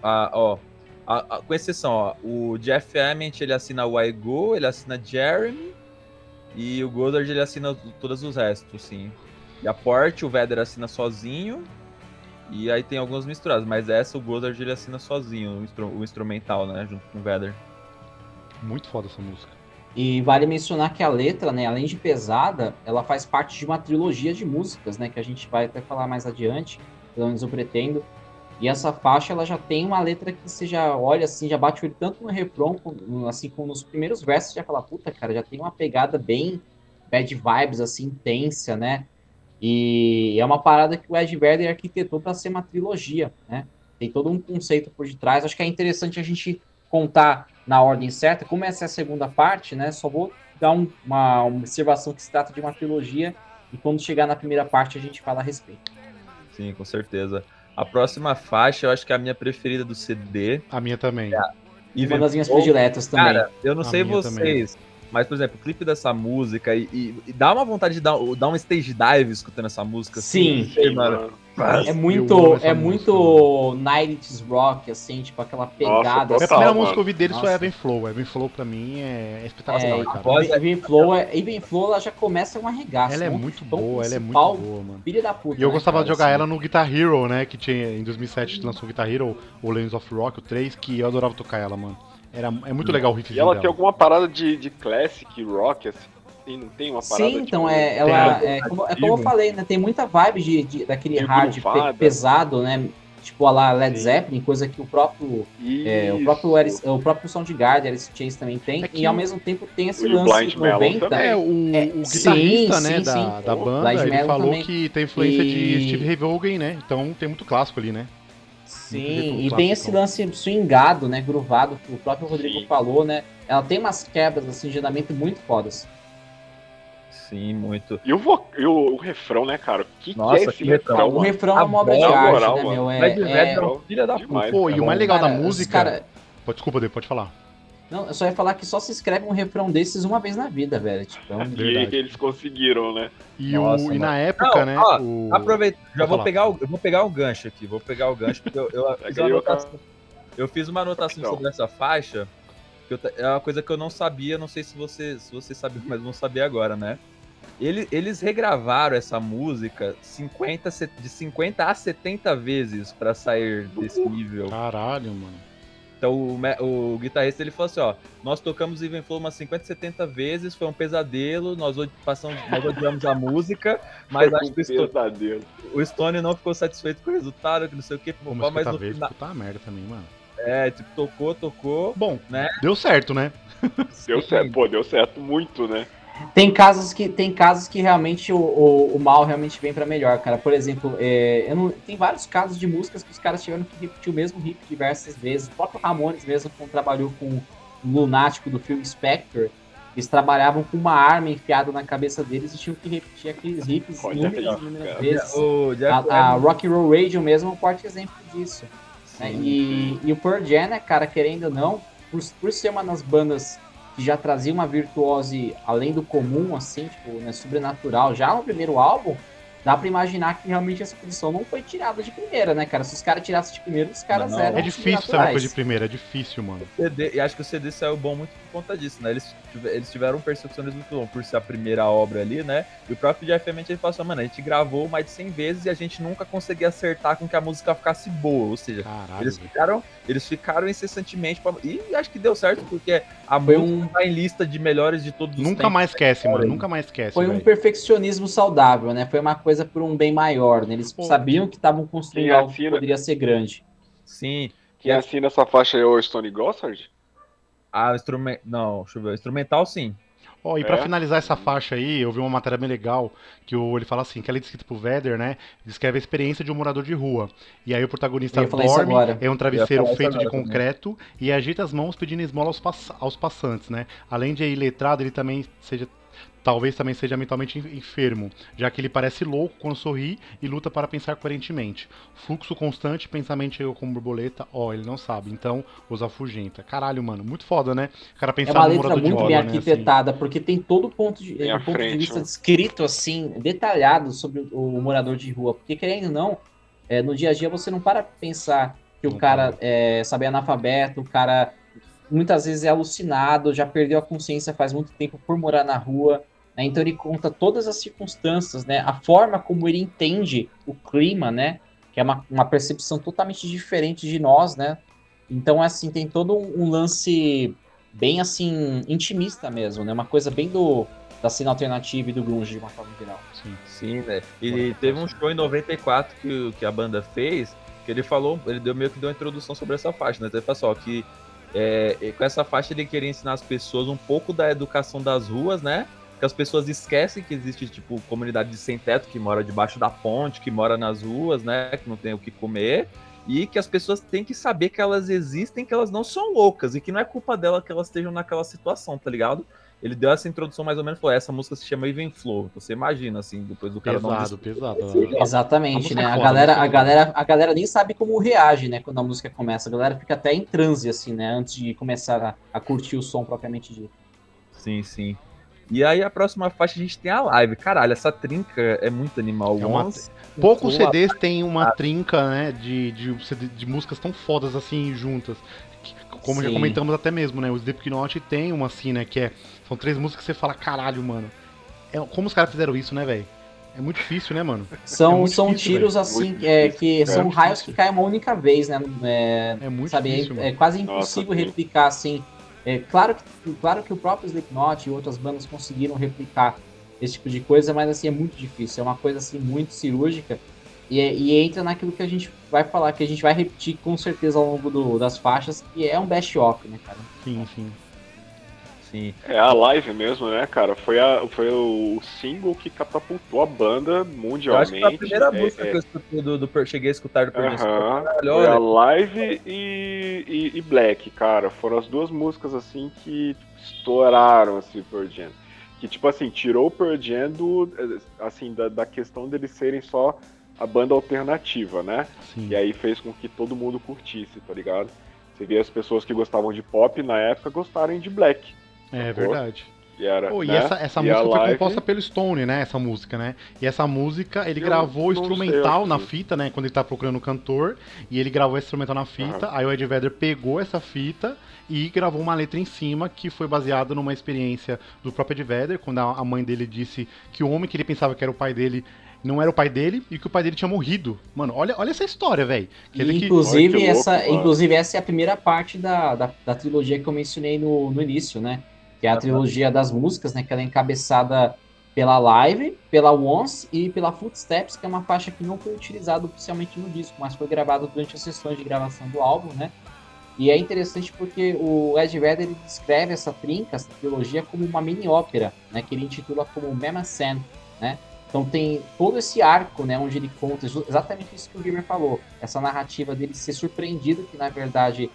Com exceção, ó, o Jeff Ament ele assina o I Go, ele assina Jeremy, e o Goddard ele assina todos os restos, sim. E a Port, o Vedder assina sozinho, e aí tem algumas misturadas, mas essa o Goddard ele assina sozinho, o instrumental, né, junto com o Vedder. Muito foda essa música. E vale mencionar que a letra, né, além de pesada, ela faz parte de uma trilogia de músicas, né, que a gente vai até falar mais adiante, pelo menos eu pretendo. E essa faixa, ela já tem uma letra que você já olha assim, já bate o olho tanto no refrão, assim, como nos primeiros versos, você já fala, puta, cara, já tem uma pegada bem bad vibes, assim, intensa, né? E é uma parada que o Ed Vedder arquitetou para ser uma trilogia, né? Tem todo um conceito por detrás. Acho que é interessante a gente contar na ordem certa. Como essa é a segunda parte, né? Só vou dar uma observação que se trata de uma trilogia e quando chegar na primeira parte a gente fala a respeito. Sim, com certeza. A próxima faixa, eu acho que é a minha preferida do CD. A minha também. Uma das minhas Even Flow. prediletas também. Cara, eu não A sei minha vocês, mas, por exemplo, o clipe dessa música e dá uma vontade de dar um stage dive escutando essa música. Sim. Assim, sei, mano. É Eu amo muito, essa é música, muito 90s rock, assim, tipo aquela pegada. total, A primeira mano. música que eu ouvi deles foi Nossa. Even Flow. Even Flow pra mim é espetacular, É, cara. voz é- Even Flow, ela já começa um arregaço. Ela é né? muito Tom boa, ela é muito principal, boa, mano. Filha da puta. E eu né, gostava cara, de jogar assim. ela no Guitar Hero, né? Que tinha em 2007 lançou o Guitar Hero, o Legends of Rock, o 3, que eu adorava tocar ela, mano. É muito legal o riffzinho E ela dela. tem alguma parada de classic rock, assim? Não tem uma parada Sim, então, tipo, ela é como eu falei, né? Tem muita vibe daquele meio hard groovada. pesado, né? Tipo a lá Led Sim. Zeppelin, coisa que o próprio Soundgarden, Alice Chase também tem, É que e ao mesmo tempo tem esse E o lance Blind Melon 90. também. O sim, guitarrista, né, sim, da sim. banda, Blind ele Melon falou também. que tem influência de E- Steve Ray Vaughan, né? Então tem muito clássico ali, né? Sim, Muito e tem esse classicão. lance swingado, né? Groovado, que o próprio Rodrigo Sim. falou, né? Ela tem umas quebras assim, de andamento muito fodas. Sim, muito. E o refrão, né, cara? O que Nossa, é esse que refrão, refrão, O mano? refrão é uma A obra de voz, arte, moral, né, mano. meu? Red Vedder é um filho da Demais. puta. Pô, e o mais bom. legal da Cara, música... cara- Desculpa, Dê, pode falar. Não, eu só ia falar que só se escreve um refrão desses uma vez na vida, velho. Tipo, é um- Verdade. E eles conseguiram, né? E, Nossa, e na mano. época, Não, né, ó, o... Aproveita, já vou falar. pegar eu vou pegar o gancho aqui, porque eu fiz Pega aí, uma ô, cara. anotação. Eu fiz uma anotação Capitão. sobre essa faixa, que é uma coisa que eu não sabia, não sei se você sabia, mas vão saber agora, né? Eles regravaram essa música de 50 a 70 vezes pra sair desse nível. Caralho, mano. Então o guitarrista ele falou assim, ó, nós tocamos Even Flow umas 50, 70 vezes, foi um pesadelo, nós odiamos a música, mas Foi acho um que pesadelo. o Stone não ficou satisfeito com o resultado, que não sei o que, Pô, mas mas 50 no vezes, final, puta merda também, mano. tipo, tocou, Bom, né? deu certo, né? Deu certo, pô, deu certo muito, né? Tem casos que realmente o mal realmente vem pra melhor, cara. Por exemplo, tem vários casos de músicas que os caras tiveram que repetir o mesmo riff diversas vezes. O próprio Ramones mesmo, quando trabalhou com o Lunático do filme Spectre, eles trabalhavam com uma arma enfiada na cabeça deles e tinham que repetir aqueles riffs Olha inúmeras aí, inúmeras cara. vezes. O Jeff A Rock and Roll Radio mesmo é um forte exemplo disso. Né? Sim, E o Pearl Jam, né, cara, querendo ou não, por ser uma das bandas que já trazia uma virtuose além do comum, assim, tipo, né, sobrenatural, já no primeiro álbum, dá pra imaginar que realmente essa produção não foi tirada de primeira, né, cara? Se os caras tirassem de primeira, os caras Não, eram É difícil saber naturais. coisa de primeira, é difícil, mano. E acho que o CD saiu bom muito por conta disso, né? Eles tiveram um percepcionismo muito bom por ser a primeira obra ali, né? E o próprio Jeff Ament, ele falou assim, mano, a gente gravou mais de 100 vezes e a gente nunca conseguia acertar com que a música ficasse boa. Ou seja, Caralho, eles velho. ficaram incessantemente e acho que deu certo, porque a Foi música tá em lista de melhores de todos os Nunca tempos. mais esquece, mano. Olha aí. Nunca mais esquece, Foi um velho. perfeccionismo saudável, né? Foi uma coisa por um bem maior, né? Eles Pô, sabiam que estavam construindo Quem algo que assina, poderia ser grande. Sim. quem assina essa faixa aí é o Stone Gossard? A instrumento. Não, deixa eu ver. O instrumental, sim. Ó, e pra É? finalizar essa faixa aí, eu vi uma matéria bem legal que ele fala assim, que ela é descrita pro Vedder, né? Descreve a experiência de um morador de rua. E aí o protagonista Eu ia falar isso dorme, agora. é um Eu ia travesseiro falar isso feito de agora também. concreto e agita as mãos pedindo esmola aos passantes, né? Além de iletrado, ele também talvez também seja mentalmente enfermo, já que ele parece louco quando sorri e luta para pensar coerentemente. Fluxo constante, pensamento chega como borboleta, ele não sabe, então os afugenta. Caralho, mano, muito foda, né? O cara É pensar uma no letra morador de muito bem rua, né? Assim. arquitetada, porque tem todo o ponto Bem à o ponto de frente, vista né? descrito, assim, detalhado sobre o morador de rua. Porque, querendo ou não, no dia a dia você não para pra pensar que o Não cara para. sabe, é analfabeto, o cara muitas vezes é alucinado, já perdeu a consciência faz muito tempo por morar na rua, né? Então ele conta todas as circunstâncias, né? A forma como ele entende o clima, né? Que é uma percepção totalmente diferente de nós, né? Então, assim, tem todo um lance bem, assim, intimista mesmo, né? Uma coisa bem da cena alternativa e do grunge, de uma forma geral. Sim. Sim, né? Bora E pra teve um próxima. show em 94 que a banda fez, que ele falou, ele deu meio que deu uma introdução sobre essa faixa, né? Então, pessoal, que com essa faixa ele queria ensinar as pessoas um pouco da educação das ruas, né? Que as pessoas esquecem que existe, tipo, comunidade de sem-teto que mora debaixo da ponte, que mora nas ruas, né? Que não tem o que comer. E que as pessoas têm que saber que elas existem, que elas não são loucas, e que não é culpa dela que elas estejam naquela situação, tá ligado? Ele deu essa introdução mais ou menos, falou, essa música se chama Even Flow. Então, você imagina, assim, depois do cara dar um Pesado, discurso. pesado. A Exatamente, música né? é A foda, a galera, música é a foda. galera, a galera nem sabe como reage, né? Quando a música começa. A galera fica até em transe, assim, né? Antes de começar a curtir o som propriamente dito. Sim, sim. E aí a próxima faixa a gente tem a live. Caralho, essa trinca é muito animal. É uma... Once, Poucos Flow, CDs têm uma trinca, né, de músicas tão fodas assim juntas. Como já Sim. comentamos até mesmo, né? O Slipknot tem uma assim, né? São 3 músicas que você fala, caralho, mano. Como os caras fizeram isso, né, velho? É muito difícil, né, mano? É São muito difícil, tiros, véio. assim, Muito difícil. que são Muito raios difícil. que caem uma única vez, né? É muito Sabe, difícil, é mano. quase Nossa, impossível sim. replicar, assim. Claro que o próprio Slipknot e outras bandas conseguiram replicar esse tipo de coisa, mas, assim, é muito difícil. É uma coisa, assim, muito cirúrgica. E entra naquilo que a gente vai falar, que a gente vai repetir com certeza ao longo das faixas, que é um best-of, né, cara? Sim, sim. sim. É a live mesmo, né, cara? Foi o single que catapultou a banda Eu acho que foi a mundialmente. primeira música que eu escutei cheguei a escutar do Pearl Jam. Aham. Caralho, Foi a olha. Live e Black, cara. Foram as duas músicas assim que estouraram assim, o Pearl Jam. Que tipo assim, tirou o Pearl Jam assim, da questão deles serem só a banda alternativa, né? Sim. E aí fez com que todo mundo curtisse, tá ligado? Você vê as pessoas que gostavam de pop na época gostarem de Black. É sacou? verdade. E era, Pô, e né? essa E a música foi Live, composta pelo Stone, né? Essa música, né? E essa música, ele eu gravou o não sei, instrumental acho na que sim. fita, né? Quando ele tá procurando o cantor. E ele gravou esse instrumental na fita. Aí o Ed Vedder pegou essa fita e gravou uma letra em cima que foi baseada numa experiência do próprio Ed Vedder, quando a mãe dele disse que o homem que ele pensava que era o pai dele não era o pai dele e que o pai dele tinha morrido. Mano, olha essa história, velho. Quer dizer E, que. Olha que louco, mano. inclusive, essa é a primeira parte da trilogia que eu mencionei no início, né? Que é a trilogia das músicas, né? Que ela é encabeçada pela Live, pela Once e pela Footsteps, que é uma faixa que não foi utilizada oficialmente no disco, mas foi gravada durante as sessões de gravação do álbum, né? E é interessante porque o Ed Vedder ele descreve essa trinca, essa trilogia, como uma mini-ópera, né? Que ele intitula como Mama Sen, né? Então tem todo esse arco, né? Onde ele conta exatamente isso que o Gamer falou. Essa narrativa dele ser surpreendido que, na verdade,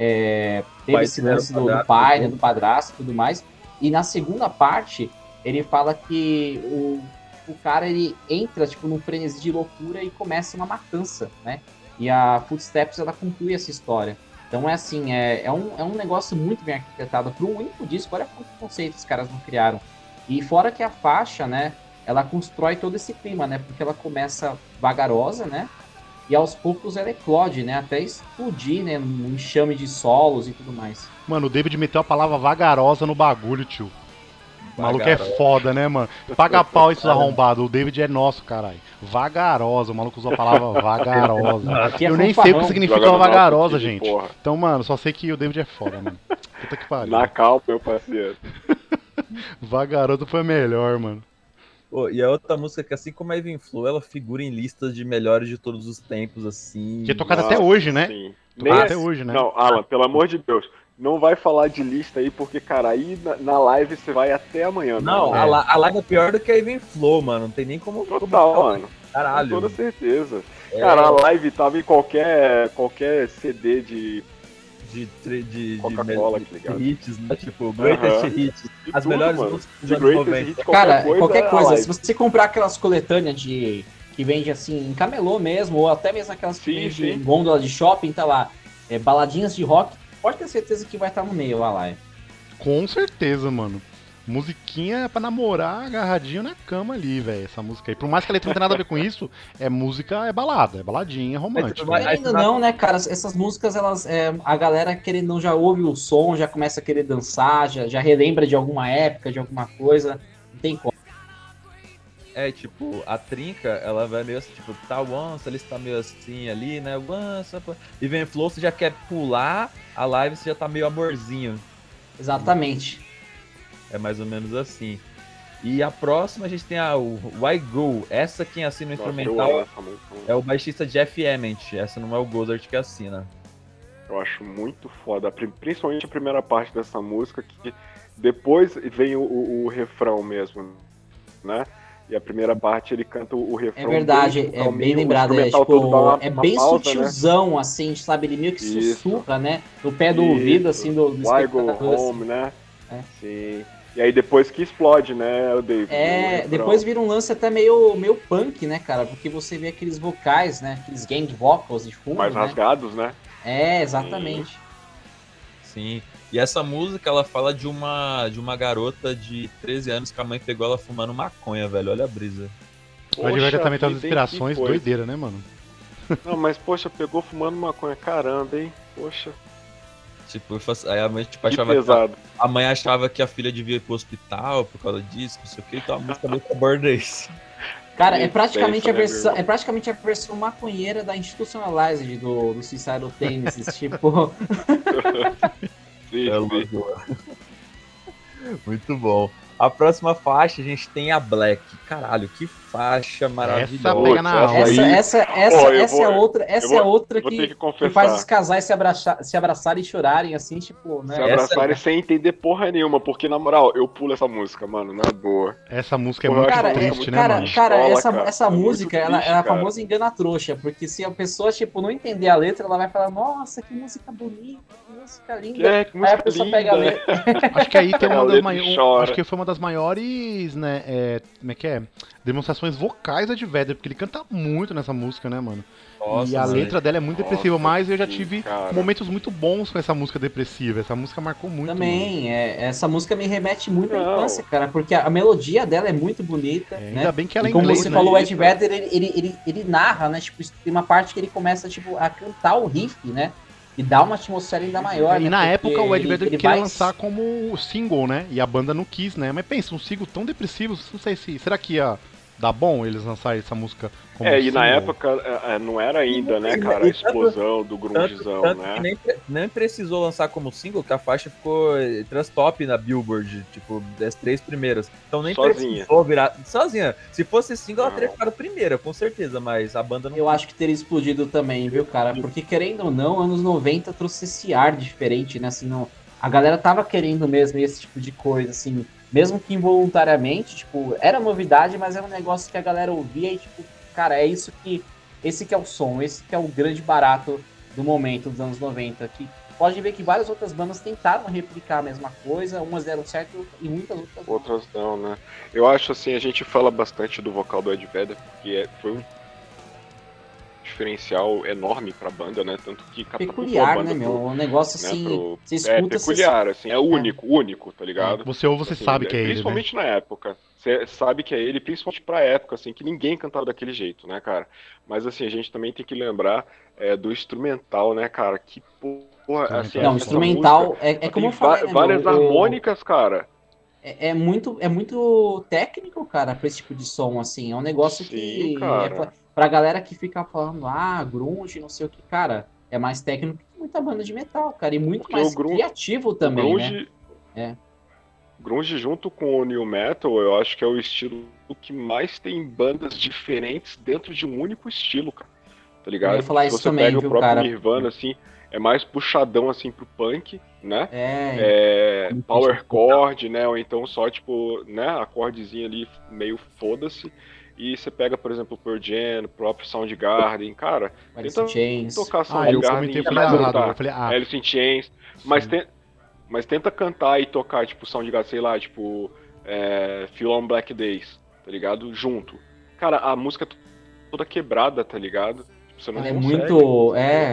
teve esse lance do pai, né, do padrasto e tudo mais. E na segunda parte, ele fala que o cara, ele entra, tipo, num frenesi de loucura e começa uma matança, né? E a Footsteps, ela conclui essa história. Então é assim, é um negócio muito bem arquitetado para um único disco. Olha quanto conceito os caras não criaram. E fora que a faixa, né, ela constrói todo esse clima, né? Porque ela começa vagarosa, né? E aos poucos ela eclode, né? Até explodir, né? Um enxame de solos e tudo mais. Mano, o David meteu a palavra vagarosa no bagulho, tio. O maluco é Vagarosa. foda, né, mano? Paga pau esses arrombados. O David é nosso, caralho. Vagarosa. O maluco usou a palavra vagarosa. Aqui é Eu nem sei o que fanfarrão. significa Joga no vagarosa, nosso time, gente. porra. Então, mano, só sei que o David é foda, mano. Puta que pariu. Na calma, meu parceiro. Vagarosa foi melhor, mano. Pô, e a outra música que, assim como a Even Flow, ela figura em listas de melhores de todos os tempos, assim. Que é tocada até Nossa, hoje, né? sim. Tocada Nem até é- hoje, né? Não, Alan, pelo amor de Deus, não vai falar de lista aí, porque, cara, aí na live você vai até amanhã. Não, meu É. irmão. a live é pior do que a Even Flow, mano. Não tem nem como. Total, como... mano. Com Caralho. toda certeza. É. Cara, a live tava em qualquer CD de de Coca-Cola, de tá ligado? hits, né? Tipo, Greatest Hits. De As tudo, melhores mano. músicas dos De anos greatest 90. hit, Cara, é qualquer a coisa, live. se você comprar aquelas coletâneas de que vende assim em camelô mesmo, ou até mesmo aquelas que Sim, vende sim. em gôndola de shopping, tá lá, baladinhas de rock, pode ter certeza que vai estar no meio lá live. Com certeza, mano. Musiquinha pra namorar agarradinho na cama ali, velho. Essa música aí. Por mais que a letra não tenha nada a ver com isso, é música, é balada, é baladinha, é romântica. Mas- Querendo ou não, né, cara, essas músicas, elas, a galera querendo não já ouve o som, já começa a querer dançar, já relembra de alguma época, de alguma coisa, não tem como. É, tipo, a trinca, ela vai meio assim, tipo, tá once, ele está meio assim ali, né? Once, e vem flow, você já quer pular, a live você já tá meio amorzinho. Exatamente. É mais ou menos assim. E a próxima a gente tem o Why Go. Essa quem assina o Nossa, eu amo instrumental essa música, mano. é o baixista Jeff Ament. Essa não é o Gozart que assina. Eu acho muito foda, principalmente a primeira parte dessa música, que depois vem o refrão mesmo, né? E a primeira parte ele canta o refrão. É verdade, bem, tipo, é bem calminho, o lembrado, instrumental todo dá tipo, uma é bem pausa, né? sutilzão, assim, sabe? Ele meio que Isso. sussurra, né? No pé do ouvido, Isso. assim, do Why Go espectador, assim. Home, né? É. Sim. E aí depois que explode, né, o David? o refrão. Depois vira um lance até meio punk, né, cara? Porque você vê aqueles vocais, né? Aqueles gang vocals de fundo, Mais né? rasgados, né? Exatamente. Sim. E essa música, ela fala de uma garota de 13 anos que a mãe pegou ela fumando maconha, velho. Olha a brisa. O Ed Vedder também tem umas vida, hein, inspirações que coisa. doideira, né, mano? Não, mas poxa, pegou fumando maconha, caramba, hein? Poxa, Tipo, aí a mãe tipo, que achava que pesado. a mãe achava que a filha devia ir pro hospital por causa disso, não sei o que, então a música meio que aborda isso. Cara, Que é praticamente, pensa, né, meu irmão? é praticamente a versão maconheira da Institutionalized do Suicidal Tendencies, tipo... Sim, É sim. louco. Muito bom. A próxima faixa a gente tem a Black. Caralho, que faixa maravilhosa. pega na alma. Essa aí- Pô, eu Essa é vou- outra, essa é outra vou ter que que confessar. faz os casais se abraçarem e chorarem, assim, tipo, né? Se abraçarem sem entender porra nenhuma, porque na moral, eu pulo essa música, mano, na boa. Essa música é Porra, eu muito acho Cara, uma triste, música né, cara, mano? cara, Escola, essa é muito música, ela triste, é a cara. famosa engana trouxa, porque se a pessoa, tipo, não entender a letra, ela vai falar, nossa, que música bonita, que música linda. Que Aí a música pessoa linda. pega a letra. Acho que aí tem Pega a uma das letra e maiores. chora. Acho que foi uma das maiores, né? Como é que é? Demonstrações vocais da Ed Vedder, porque ele canta muito nessa música, né, mano? Nossa, E a mano. letra dela é muito depressiva, Nossa, mas eu já sim, tive cara. momentos muito bons com essa música depressiva. Essa música marcou muito. Mano. Também, essa música me remete muito à Não. infância, cara, porque a melodia dela é muito bonita, Ainda né? bem que ela E é como inglês, você né? falou, o Ed Bonita. Vedder, ele narra, né? Tipo, tem uma parte que ele começa, tipo, a cantar o riff, né? E dá uma atmosfera ainda maior, E né? na Porque época o Ed Vedder ele queria vai- lançar como single, né? E a banda não quis, né? Mas pensa, um single tão depressivo, não sei se. Será que ia dar bom eles lançarem essa música como E single? na época não era ainda, né, cara, a E tanto- explosão do grungezão, Tanto né? que nem precisou lançar como single, que a faixa ficou trans top na Billboard, tipo, das 3 primeiras. Então nem Sozinha. precisou virar. Sozinha. Se fosse single, ela Não. teria ficado primeira, com certeza, mas a banda não. Eu acho que teria explodido também, viu, cara? Porque, querendo ou não, anos 90 trouxe esse ar diferente, né? Assim, não... A galera tava querendo mesmo esse tipo de coisa, assim, mesmo que involuntariamente, tipo, era novidade, mas era um negócio que a galera ouvia e, tipo, cara, é isso que. Esse que é o som, esse que é o grande barato do momento dos anos 90. Que pode ver que várias outras bandas tentaram replicar a mesma coisa, umas deram certo e muitas outras não. Outras não, né? Eu acho assim, a gente fala bastante do vocal do Ed Vedder, porque foi diferencial enorme pra banda, né? Tanto que catapultou a Peculiar, banda né, meu? pro, Um negócio né, assim, você é escuta, peculiar, assim, é único, tá ligado? Você ouve, você Assim, sabe que é ele, né? principalmente na época. Você sabe que é ele, principalmente pra época, assim, que ninguém cantava daquele jeito, né, cara? Mas assim, a gente também tem que lembrar do instrumental, né, cara? Que porra, assim, Instrumental é Não, foda. essa música, instrumental é ela como tem eu falei, né, meu? várias harmônicas, cara. É muito técnico, cara, pra esse tipo de som, assim. É um negócio Sim, que cara. pra galera que fica falando, grunge, não sei o que, cara, é mais técnico que muita banda de metal, cara, e muito Porque o, mais grun, criativo o também, né? grunge, É. grunge junto com o new metal, eu acho que é o estilo que mais tem bandas diferentes dentro de um único estilo, cara. Tá Eu ia ligado? Porque falar se isso você também, pega o viu, próprio cara? Nirvana, assim, é mais puxadão, assim, pro punk, né? É, muito ritmo Power vocal. chord, né? Ou então só, tipo, né? Acordezinho ali, meio foda-se. E você pega, por exemplo, o Pearl Jam, o próprio Soundgarden, cara, Alice in tenta Chains. tocar Ah, eu Soundgarden comentei, eu e falei errado. Eu cantar falei, Alice in Chains, mas, sim. mas tenta cantar e tocar, tipo, Soundgarden, sei lá, tipo, Feel on Black Days, tá ligado? Junto. Cara, a música é toda quebrada, tá ligado? Tipo, você não Ela é consegue, muito. sacou?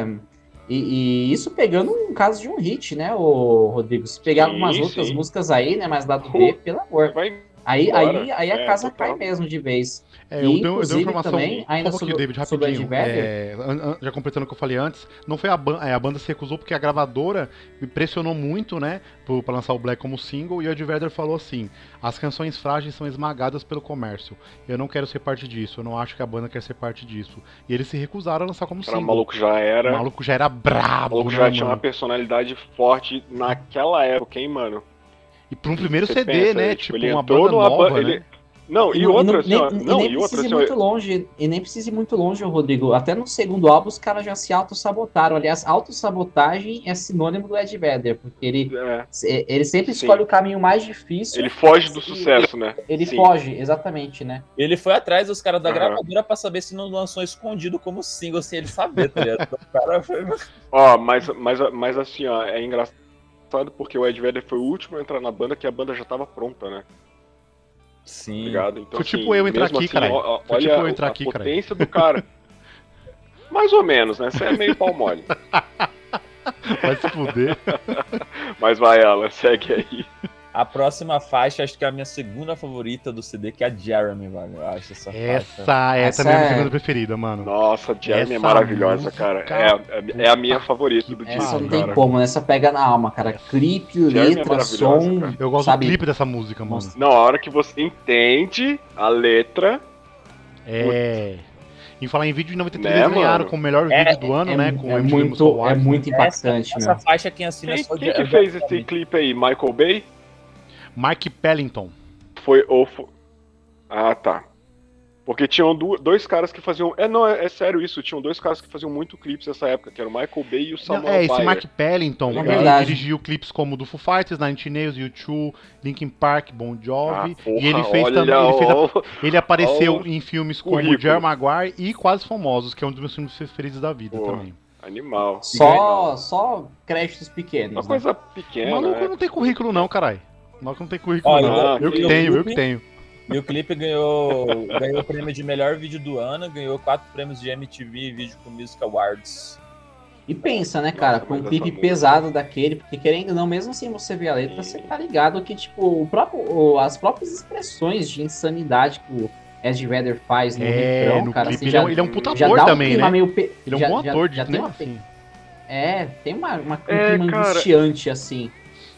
E isso pegando um caso de um hit, né, o Rodrigo? Se pegar algumas Sim, outras sim. músicas aí, né, mais lado B, pelo Você amor. vai Aí, embora. aí, aí a casa cai Total. mesmo de vez. Eu E, dei, eu dei uma inclusive, informação. também, Sim. Só um ainda pouquinho, David, sobre o Ed rapidinho. Vedder, Já completando o que eu falei antes, não foi a banda se recusou porque a gravadora me pressionou muito, né? Pra lançar o Black como single. E o Ed Vedder falou assim: as canções frágeis são esmagadas pelo comércio. Eu não quero ser parte disso. Eu não acho que a banda quer ser parte disso. E eles se recusaram a lançar como Cara, o single. maluco já O era. maluco já era O maluco brabo, né, já tinha uma mano? personalidade forte naquela época, hein, mano? E pra um primeiro Você CD, pensa, né? tipo, Tipo, ele uma entrou banda numa nova, banda. né? Não, E, e não, e, outra, não, assim, nem, ó. e Não, nem e outra, precisa ir assim, ó. muito longe, e nem precisa ir muito longe, Rodrigo. Até no segundo álbum os caras já se autossabotaram. Aliás, autossabotagem é sinônimo do Ed Vedder, porque É, ele sempre escolhe sim. o caminho mais Ele difícil foge do e sucesso, né? ele Sim. foge, exatamente, né? Ele foi atrás dos caras da Aham. gravadora pra saber se não lançou escondido como single, sem ele saber, tá ligado? Então, o cara foi. Ó, mas assim, ó, é engraçado porque o Ed Vedder foi o último a entrar na banda que a banda já tava pronta, né? Tá Sim. ligado? Então, Foi tipo assim, eu entrar mesmo aqui, assim, caralho. Foi tipo olha eu entrar a aqui, caralho. potência do cara. Mais ou menos, né? Você é meio pau mole. Vai se fuder. Mas vai, Alan, segue aí. A próxima faixa, acho que é a minha segunda favorita do CD, que é a Jeremy, mano. Eu acho essa faixa. Essa é Essa também a minha é, segunda preferida, mano. Nossa, Jeremy é Essa maravilhosa, cara. música. É a minha Puta favorita que do essa disco, não tem pariu, cara. como, mano. né? Essa pega na alma, cara. Clipe, Jeremy é letra, maravilhosa, cara. som, Eu gosto do sabe? clipe dessa música, mano. Nossa, Não, a hora que você entende a letra, É. Em falar em vídeo, em 93 né, eles ganharam mano? como melhor vídeo do ano, né? Com o MTV Music é Awards, né? muito impactante, Essa meu. faixa quem assina é só Quem que fez esse clipe aí? Michael Bay? Mark Pellington. Foi ou foi... Ah, tá. Porque tinham dois caras que faziam. Não, é sério isso. Tinham dois caras que faziam muito clipes nessa época, que era o Michael Bay e o Não, Samuel esse Mark Bayer. Pellington, Tá É ligado? ele verdade. dirigiu clipes como do Foo Fighters, Nine Inch Nails, U2, Linkin Park, Bon Ah, Jovi, porra, e ele fez também, olha ele apareceu o em filmes como Jerry currículo. Maguire e Quase Famosos, que é um dos meus filmes preferidos da vida Pô, também. animal. Só créditos Uma pequenos, né? coisa O pequena, maluco né? não tem Coisa currículo não, pequena. caralho. O maluco não tem currículo Ó, não. Ah, Eu que que tenho, isso. eu que tenho. E o clipe ganhou o prêmio de melhor vídeo do ano, ganhou 4 prêmios de MTV Video Music Awards. E pensa, né, cara, Nossa, com um mas essa clipe música. pesado daquele, porque querendo ou não, mesmo sem você ver a letra, você Sim. tá ligado que, tipo, as próprias expressões de insanidade que o Ed Vedder faz no refrão, No cara, clipe assim, ele é um puta já ator dá um também, clima né? meio. Ele é um bom ator, Já tem né? uma. Assim. Tem um clima Cara, angustiante, assim.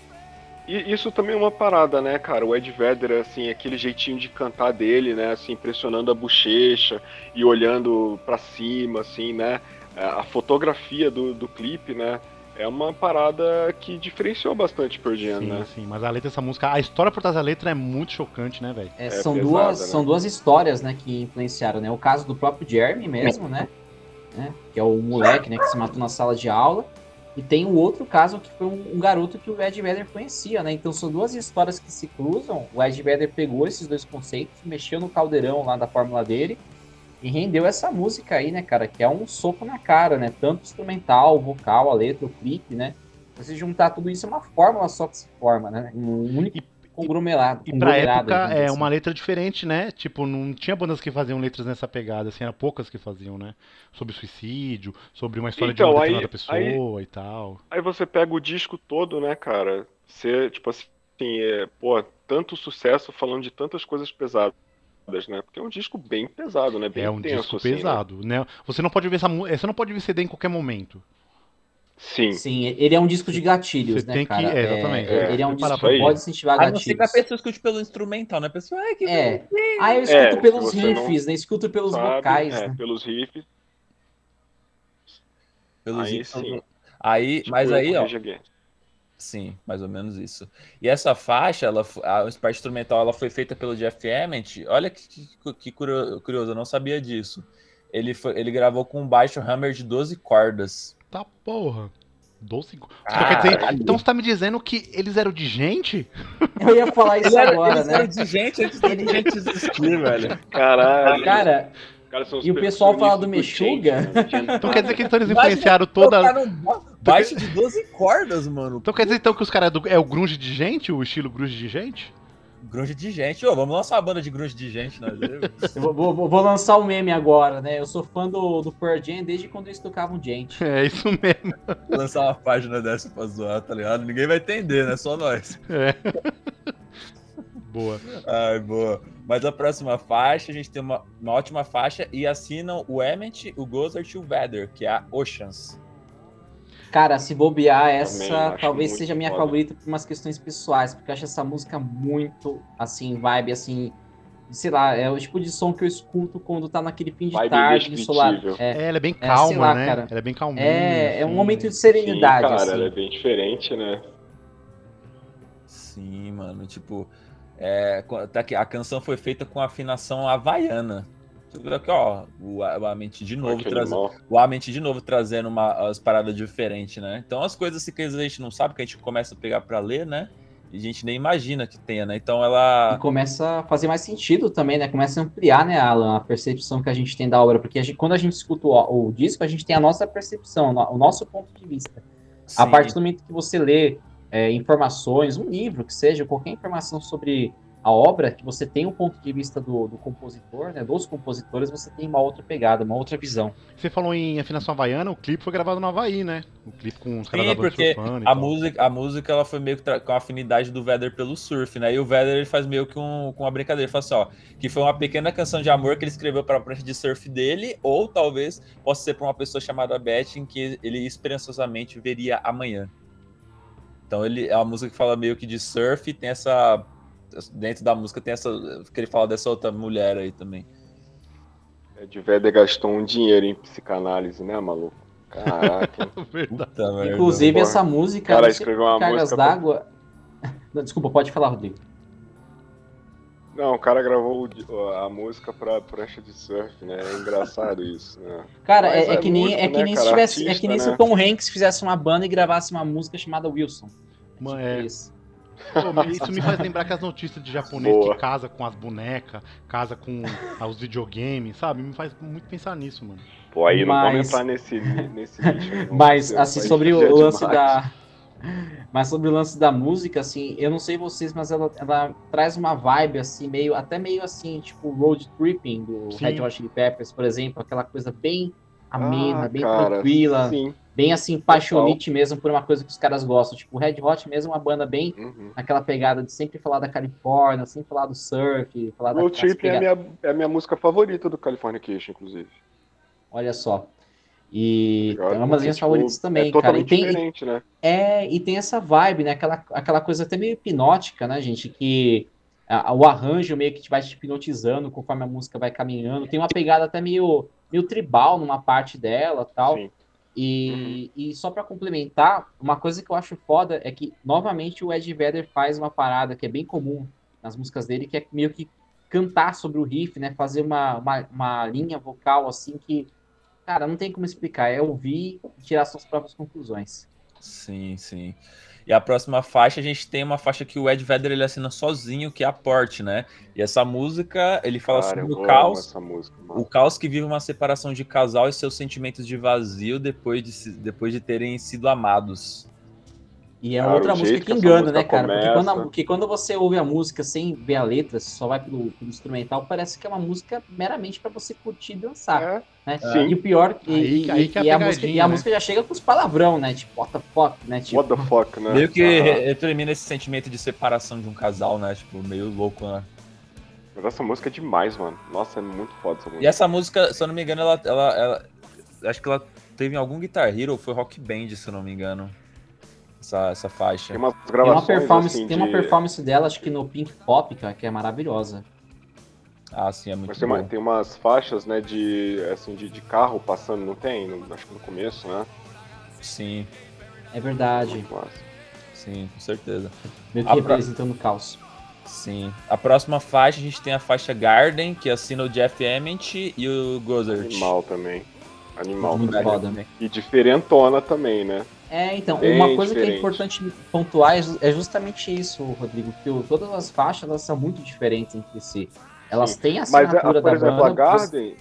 e isso também é uma parada, né, cara? O Ed Vedder, assim, aquele jeitinho de cantar dele, né? Assim, pressionando a bochecha e olhando pra cima, assim, né? A fotografia do clipe, né? É uma parada que diferenciou bastante Pearl Jam, Sim, né? sim. Mas a letra dessa música, a história por trás da letra é muito chocante, né, velho? É pesada, São né? duas histórias, né, que influenciaram, né? O caso do próprio Jeremy mesmo, né? Que é o moleque, né, que se matou na sala de aula. E tem o outro caso que foi um garoto que o Ed Vedder conhecia, né? Então são duas histórias que se cruzam. O Ed Vedder pegou esses dois conceitos, mexeu no caldeirão lá da fórmula dele e rendeu essa música aí, né, cara? Que é um soco na cara, né? Tanto instrumental, vocal, a letra, o clipe, né? Você juntar tudo isso é uma fórmula só que se forma, né? Um único conglomerado. E pra época vamos dizer é assim. uma letra diferente, né? Tipo, não tinha bandas que faziam letras nessa pegada, assim, eram poucas que faziam, né? Sobre suicídio, sobre uma história de uma Então, determinada aí, pessoa e tal. aí você pega o disco todo, né, cara? Você, tipo assim, pô, tanto sucesso falando de tantas coisas pesadas, né? Porque é um disco bem pesado, né? É Bem um tenso, disco assim, né? pesado, né? Você não pode ver você não pode ver CD em qualquer momento. Sim, Sim, ele é um disco de Você gatilhos, né, tem que, cara? exatamente, é, Ele é um parar disco isso que pra aí. ver. pode incentivar A não ser que a gatilhos. pessoa escute pelo instrumental, né? A pessoa, ai, que É. bonitinho. Aí eu escuto É, se pelos você não riffs, né? Escuto pelos sabe, vocais, né? pelos riffs, Pelos aí Y. sim. Aí, Tipo mas eu com aí, ó, Rage Against. sim, mais ou menos isso. E essa faixa, a parte instrumental, ela foi feita pelo Jeff Ament. Olha que curioso, eu não sabia disso. Ele gravou com um baixo Hammer de 12 cordas. Tá porra. 12. Então Caralho! você tá me dizendo que eles eram de gente? Eu ia falar isso agora, Eles eram né? de gente antes de gente existir, velho. Caralho, Cara, os caras são os e o pessoal fala do percussionistas do Gente, Meshuga. mano. Então quer dizer que então eles Imagina influenciaram toda. tocar num baixo de 12 cordas, mano. Então quer dizer então que os caras é o grunge de gente, o estilo grunge de gente? Grunge de gente. Ô, vamos lançar uma banda de grunge de gente, nós. Eu vou lançar um meme agora, né? Eu sou fã do Pearl Jam desde quando eles tocavam gente. É isso mesmo. Lançar uma página dessa pra zoar, tá ligado? Ninguém vai entender, né? Só nós. É. Boa. Ai, boa. Mas a próxima faixa, a gente tem uma ótima faixa e assinam o Emmett, o Gossard e o Vedder, que é a Oceans. Cara, se bobear, Também essa acho talvez muito seja a minha foda. favorita por umas questões pessoais, porque eu acho essa música muito, assim, vibe, assim, sei lá, é o tipo de som que eu escuto quando tá naquele fim de Vibe tarde, ensolarado. indescritível. Ela é bem sei calma, lá, né? cara. Ela é bem calminha. É um assim, momento de né? Sim, serenidade, cara, ela é assim. bem diferente, né? Sim, mano, tipo, tá aqui, a canção foi feita com afinação havaiana. Você viu aqui, ó, o Ament de Olha novo que trazendo, animal. o Ament de novo trazendo as paradas diferentes, né? Então as coisas assim, que às vezes a gente não sabe, que a gente começa a pegar pra ler, né? E a gente nem imagina que tenha, né? Então E ela começa a fazer mais sentido também, né? Começa a ampliar, né, Alan, a percepção que a gente tem da obra. Porque quando a gente escuta o disco, a gente tem a nossa percepção, o nosso ponto de vista. A sim, partir do momento que você lê informações, um livro que seja, qualquer informação sobre a obra, que você tem um ponto de vista do compositor, né, dos compositores, você tem uma outra pegada, uma outra visão. Você falou em afinação havaiana, o clipe foi gravado no Havaí, né? O clipe com os caras da sim, banda porque surfando e a tal. música ela foi meio que com a afinidade do Vedder pelo surf, né? E o Vedder ele faz meio que com uma brincadeira, ele fala assim, ó, que foi uma pequena canção de amor que ele escreveu para a prancha de surf dele, ou talvez possa ser para uma pessoa chamada Beth, em que ele esperançosamente veria amanhã. Então ele é uma música que fala meio que de surf, e tem essa dentro da música tem essa que ele fala dessa outra mulher aí também. Ed Vedder gastou um dinheiro em psicanálise, né, maluco? Caraca. Verdade. Puta merda. Inclusive, porra. essa música, Cara, não sei escreveu por que uma Cargas música pra- d'Água. Não, desculpa, pode falar, Rodrigo. Não, o cara gravou a música pra prancha de surf, né? É engraçado isso, né? Cara, Mas é que nem, músico, é que né, nem cara? se tivesse, é que Artista, nem se o né? Tom Hanks fizesse uma banda e gravasse uma música chamada Wilson. Mano, Tipo é. isso. Pô, isso me faz lembrar que as notícias de japonês Boa. que casa com as bonecas, casa com os videogames, sabe? Me faz muito pensar nisso, mano. Pô, aí não vamos Mas- entrar nesse lixo aí, não. Mas Você assim, vai sobre o dizer lance demais. mas sobre o lance da música, assim, eu não sei vocês, mas ela traz uma vibe assim, até meio assim, tipo road tripping do Sim. Red Hot Chili Peppers, por exemplo, aquela coisa bem amena, Ah, bem cara, tranquila, sim. bem assim, paixonite mesmo por uma coisa que os caras gostam. Tipo, o Red Hot mesmo é uma banda bem Uhum. naquela pegada de sempre falar da Califórnia, sempre falar do surf, falar Road das Trip é pegadas. a minha música favorita do Californication, inclusive. Olha só. E Tá ligado? é uma das Porque, minhas tipo, favoritas é também, cara. totalmente diferente, né? E tem essa vibe, né? Aquela coisa até meio hipnótica, né, gente? Que o arranjo meio que te vai te hipnotizando conforme a música vai caminhando. Tem uma pegada até meio tribal numa parte dela tal. Sim. Uhum. E só pra complementar, uma coisa que eu acho foda é que, novamente, o Ed Vedder faz uma parada que é bem comum nas músicas dele, que é meio que cantar sobre o riff, né? Fazer uma linha vocal assim que, cara, não tem como explicar. É ouvir e tirar suas próprias conclusões. Sim, sim. E a próxima faixa, a gente tem uma faixa que o Ed Vedder ele assina sozinho, que é a Porte, né? E essa música, ele fala Cara, sobre eu o amo caos, essa música, o mano. caos que vive uma separação de casal e seus sentimentos de vazio depois de terem sido amados. E é Cara, outra o música jeito que que essa engana, música né, cara? começa. Porque quando você ouve a música sem ver a letra, só vai pelo instrumental, parece que é uma música meramente pra você curtir e dançar, É, né? sim. E o pior, Aí que é a e a pegadinha, né? música já chega com os palavrão, né? Tipo, what the fuck, né? Tipo, What the fuck, né? Meio que Aham. termina esse sentimento de separação de um casal, né? Tipo, meio louco, né? Mas essa música é demais, mano. Nossa, é muito foda essa E música. essa música, se eu não me engano, acho que ela teve em algum Guitar Hero, ou foi Rock Band, se eu não me engano, essa Tem faixa. umas gravações assim tem uma de. performance dela, acho que no Pink Pop, cara, que é maravilhosa. Ah, sim, é Mas muito bom. tem umas faixas, né, de carro passando, não tem? Acho que no começo, né? Sim, É verdade. Muito massa. sim, com certeza. Meio que A pro- representando o caos. Sim. A próxima faixa, a gente tem a faixa Garden, que assina o Jeff Ament e o Gozzard. Animal também. Animal Muito também. foda. E diferentona também, né? Então, uma Bem coisa que é diferente. importante pontuar é justamente isso, Rodrigo, que todas as faixas elas são muito diferentes entre si. Elas Sim. têm a Mas, assinatura por da exemplo, a banda. Garden.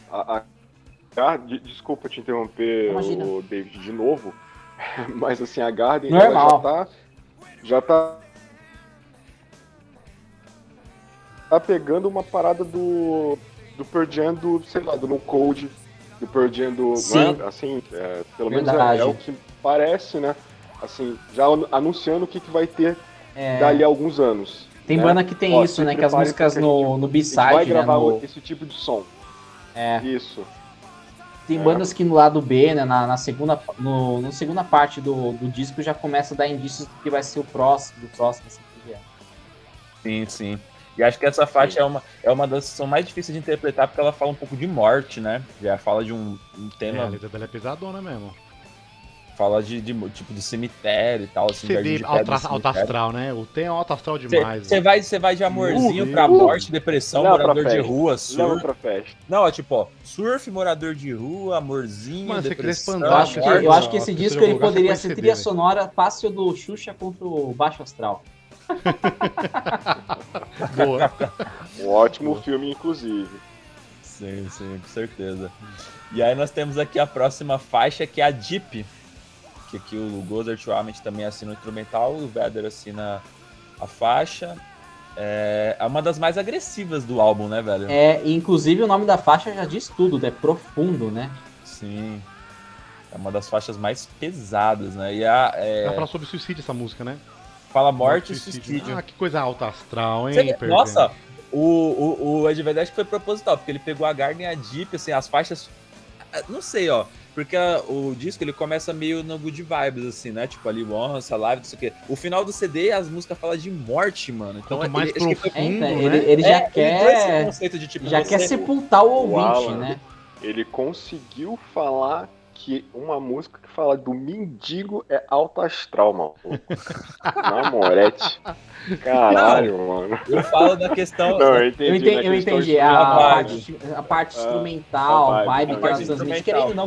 Desculpa te interromper, Imagina. o David, de novo. Mas assim, a Garden Normal. ela já tá pegando uma parada do Pearl Jam, sei lá, do No Code, do Pearl Jam, Sim. né? Assim, pelo menos Verdade. é o que parece, né? Assim, já anunciando o que vai ter É, dali a alguns anos. tem né? banda que tem isso, Se né? Que as preparem músicas porque a no gente vai B-side, né? gravar esse tipo de som. É, Isso. tem bandas que no lado B, né? Na segunda, no segunda parte do disco já começa a dar indícios do que vai ser o próximo, assim por diante. Sim, sim. E acho que essa faixa é uma das que são mais difíceis de interpretar, porque ela fala um pouco de morte, né? Já fala de um A tema, letra dela é pesadona mesmo. fala de tipo de cemitério e tal, assim, jardim CD de pedra. alto astral, né? O tem é alto astral demais. Você vai de amorzinho Meu pra Deus. morte, depressão, Leva pra morador de festa. rua, Leva surf. pra festa. Não, é tipo, ó, surf, morador de rua, amorzinho, Mano, você queria depressão, expandar, morte. Eu acho que as esse pessoas disco já ele colocaram, poderia você ser põe trilha CD, sonora fácil do Xuxa contra o Baixo Astral. Boa. Um ótimo filme, inclusive. Sim, sim, com certeza. E aí nós temos aqui a próxima faixa, que é a Deep, que aqui o Gozzard atualmente também assina o instrumental, o Vedder assina a faixa. É uma das mais agressivas do álbum, né, velho? E inclusive o nome da faixa já diz tudo, é profundo, né? Sim. É uma das faixas mais pesadas, né? E Ela fala sobre suicídio essa música, né? fala morte e suicídio. Ah, que coisa alta astral, hein? Nossa, o Ed Vedder acho que foi proposital, porque ele pegou a Garden e a Deep, assim, as faixas. Não sei, ó. Porque o disco ele começa meio no good vibes, assim, né? Tipo ali, Once, Alive, não sei o quê. O final do CD, as músicas falam de morte, mano. Então Quanto mais acho que profundo, foi... né? Ele já Ele trouxe esse quer. conceito de tipo. Já quer sepultar o ouvinte, Alan, né? Ele conseguiu falar que uma música que fala do mendigo é alto astral, mano. Na morete. Caralho, mano. Eu falo da questão. Não, eu entendi. Eu entendi. A parte instrumental, a vibe que elas transmitem. Querendo ou não,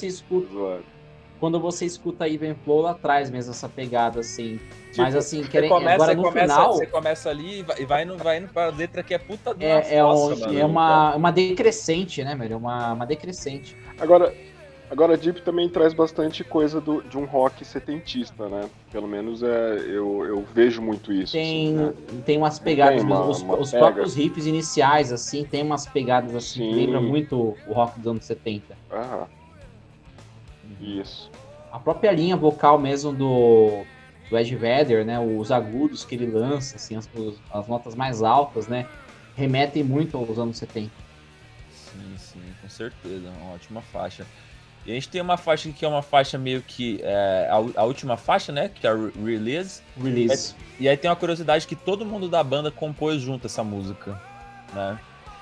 quando você escuta Even Flow, ela traz mesmo essa pegada, assim. Tipo, mas assim, agora no final. Você começa ali e vai indo pra letra que é puta do uma decrescente, né, velho? Uma decrescente. Agora Deep também traz bastante coisa de um rock setentista, né? Pelo menos eu vejo muito isso. Tem umas pegadas, os pega. próprios riffs iniciais, assim, tem umas pegadas assim que lembram muito o rock dos anos 70. Ah, isso. A própria linha vocal mesmo do Ed Vedder, né? Os agudos que ele lança, assim, as notas mais altas, né? Remetem muito aos anos 70. Sim, com certeza. Uma ótima faixa. E a gente tem uma faixa que é uma faixa meio que a última faixa, né? Que é a Release. E aí tem uma curiosidade que todo mundo da banda compôs junto essa música, né?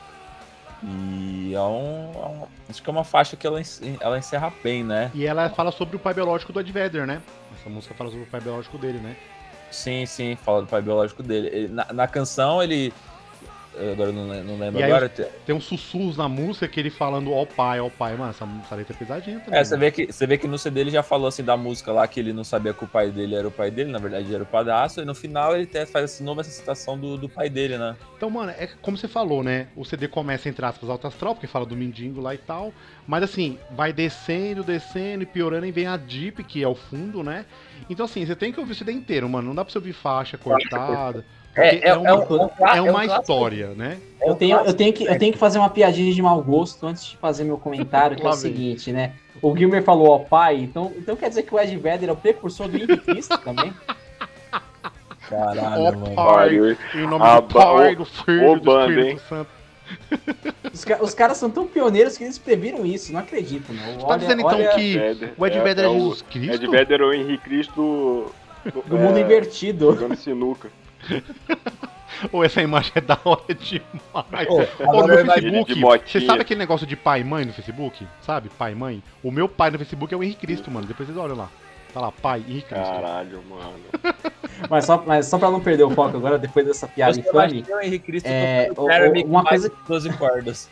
E acho que é uma faixa que ela encerra bem, né? E ela fala sobre o pai biológico do Ed Vedder, né? Essa música fala sobre o pai biológico dele, né? Sim, fala do pai biológico dele. Na canção ele agora eu não lembro E aí agora. tem uns sussurros na música que ele falando ó pai, mano, essa letra é pesadinha também. Você vê que no CD ele já falou assim da música lá, que ele não sabia que o pai dele era o pai dele, na verdade era o padrasto, e no final ele faz de novo essa citação do pai dele, né? Então, mano, é como você falou, né? O CD começa, entre aspas, alto astral, porque fala do mendigo lá e tal. Mas assim, vai descendo e piorando, e vem a Deep, que é o fundo, né? Então, assim, você tem que ouvir o CD inteiro, mano. Não dá pra você ouvir faixa cortada. Porque é uma história, né? Eu tenho que fazer uma piadinha de mau gosto antes de fazer meu comentário, que é o seguinte, né? O Gilmer falou, ó, pai, então quer dizer que o Ed Vedder é o precursor do Henrique Cristo também? Caralho, mano. Pai, em nome do Pai, do Filho e do Espírito Santo. Os caras são tão pioneiros que eles previram isso, não acredito, não. Você tá dizendo então que o Ed Vedder é Jesus Cristo? Ed Vedder é o Henrique Cristo do mundo invertido. Jogando sinuca. Ou essa imagem é da hora demais. Ou no Facebook, você sabe aquele negócio de pai e mãe no Facebook? Sabe? Pai e mãe? O meu pai no Facebook é o Henrique Cristo, mano. Depois vocês olham lá. Tá lá, pai, Henrique Cristo. Caralho, mano. Mas só pra não perder o foco agora, depois dessa piada infame. O Henrique Cristo uma coisa... 12 cordas.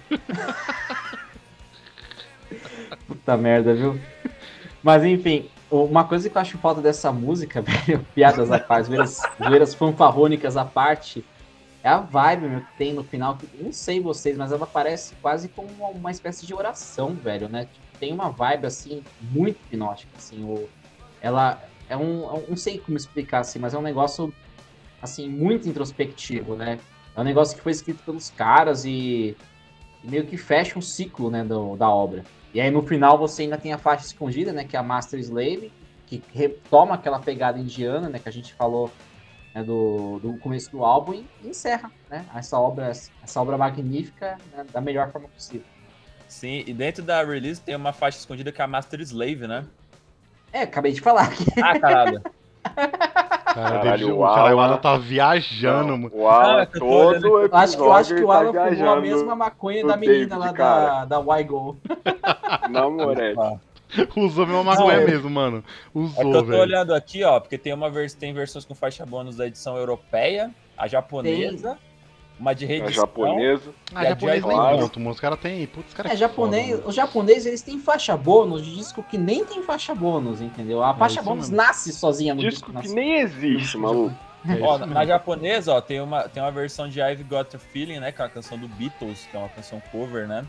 Puta merda, viu? Mas enfim, uma coisa que eu acho falta dessa música, velho, piadas à parte, zoeiras fanfarrônicas à parte, é a vibe, meu, que tem no final, que não sei vocês, mas ela parece quase como uma espécie de oração, velho, né? Tipo, tem uma vibe, assim, muito hipnótica, assim, ela é não sei como explicar, assim, mas é um negócio, assim, muito introspectivo, né? É um negócio que foi escrito pelos caras e meio que fecha um ciclo, né, da obra. E aí no final você ainda tem a faixa escondida, né, que é a Master Slave, que retoma aquela pegada indiana, né, que a gente falou, né, do começo do álbum e encerra, né, essa obra magnífica, né, da melhor forma possível. Sim, e dentro da release tem uma faixa escondida que é a Master Slave, né? Acabei de falar aqui. Ah, caralho. Caralho, o Alan tá viajando, mano. O Alan todo episódio eu acho que o Alan tá fumou a mesma maconha da menina David, lá da Y-Go. Não, Moretti. Usou a mesma maconha mesmo, mano. Usou, velho. Eu tô velho. olhando aqui, ó, porque tem tem versões com faixa bônus da edição europeia, a japonesa, uma de reedição. A japonesa. A japonesa nem conto, mano. Os caras têm... Putz, os caras japonês, os japoneses, eles têm faixa bônus de disco que nem tem faixa bônus, entendeu? A faixa bônus nasce sozinha no disco. Disco que nem existe, maluco. Ó, na japonesa, ó, tem uma versão de I've Got a Feeling, né, que é uma canção do Beatles, que é uma canção cover, né?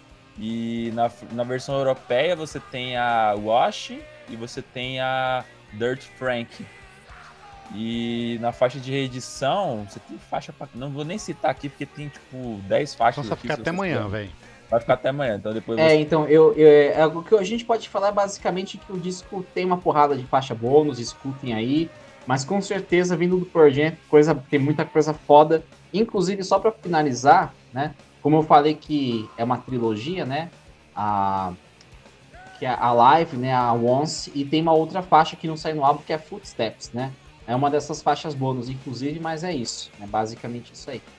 E na versão europeia você tem a Wash e você tem a Dirt Frank. E na faixa de reedição, você tem faixa pra... Não vou nem citar aqui, porque tem, tipo, 10 faixas. Só ficar até amanhã, velho. Vai ficar até amanhã, então depois... Então, o que a gente pode falar é basicamente que o disco tem uma porrada de faixa bônus, escutem aí. Mas com certeza, vindo do Pearl Jam, tem muita coisa foda. Inclusive, só pra finalizar, né? Como eu falei que é uma trilogia, né? Que é a Live, né? A Once. E tem uma outra faixa que não sai no álbum, que é Footsteps, né? É uma dessas faixas bônus, inclusive, mas é isso. É basicamente isso aí.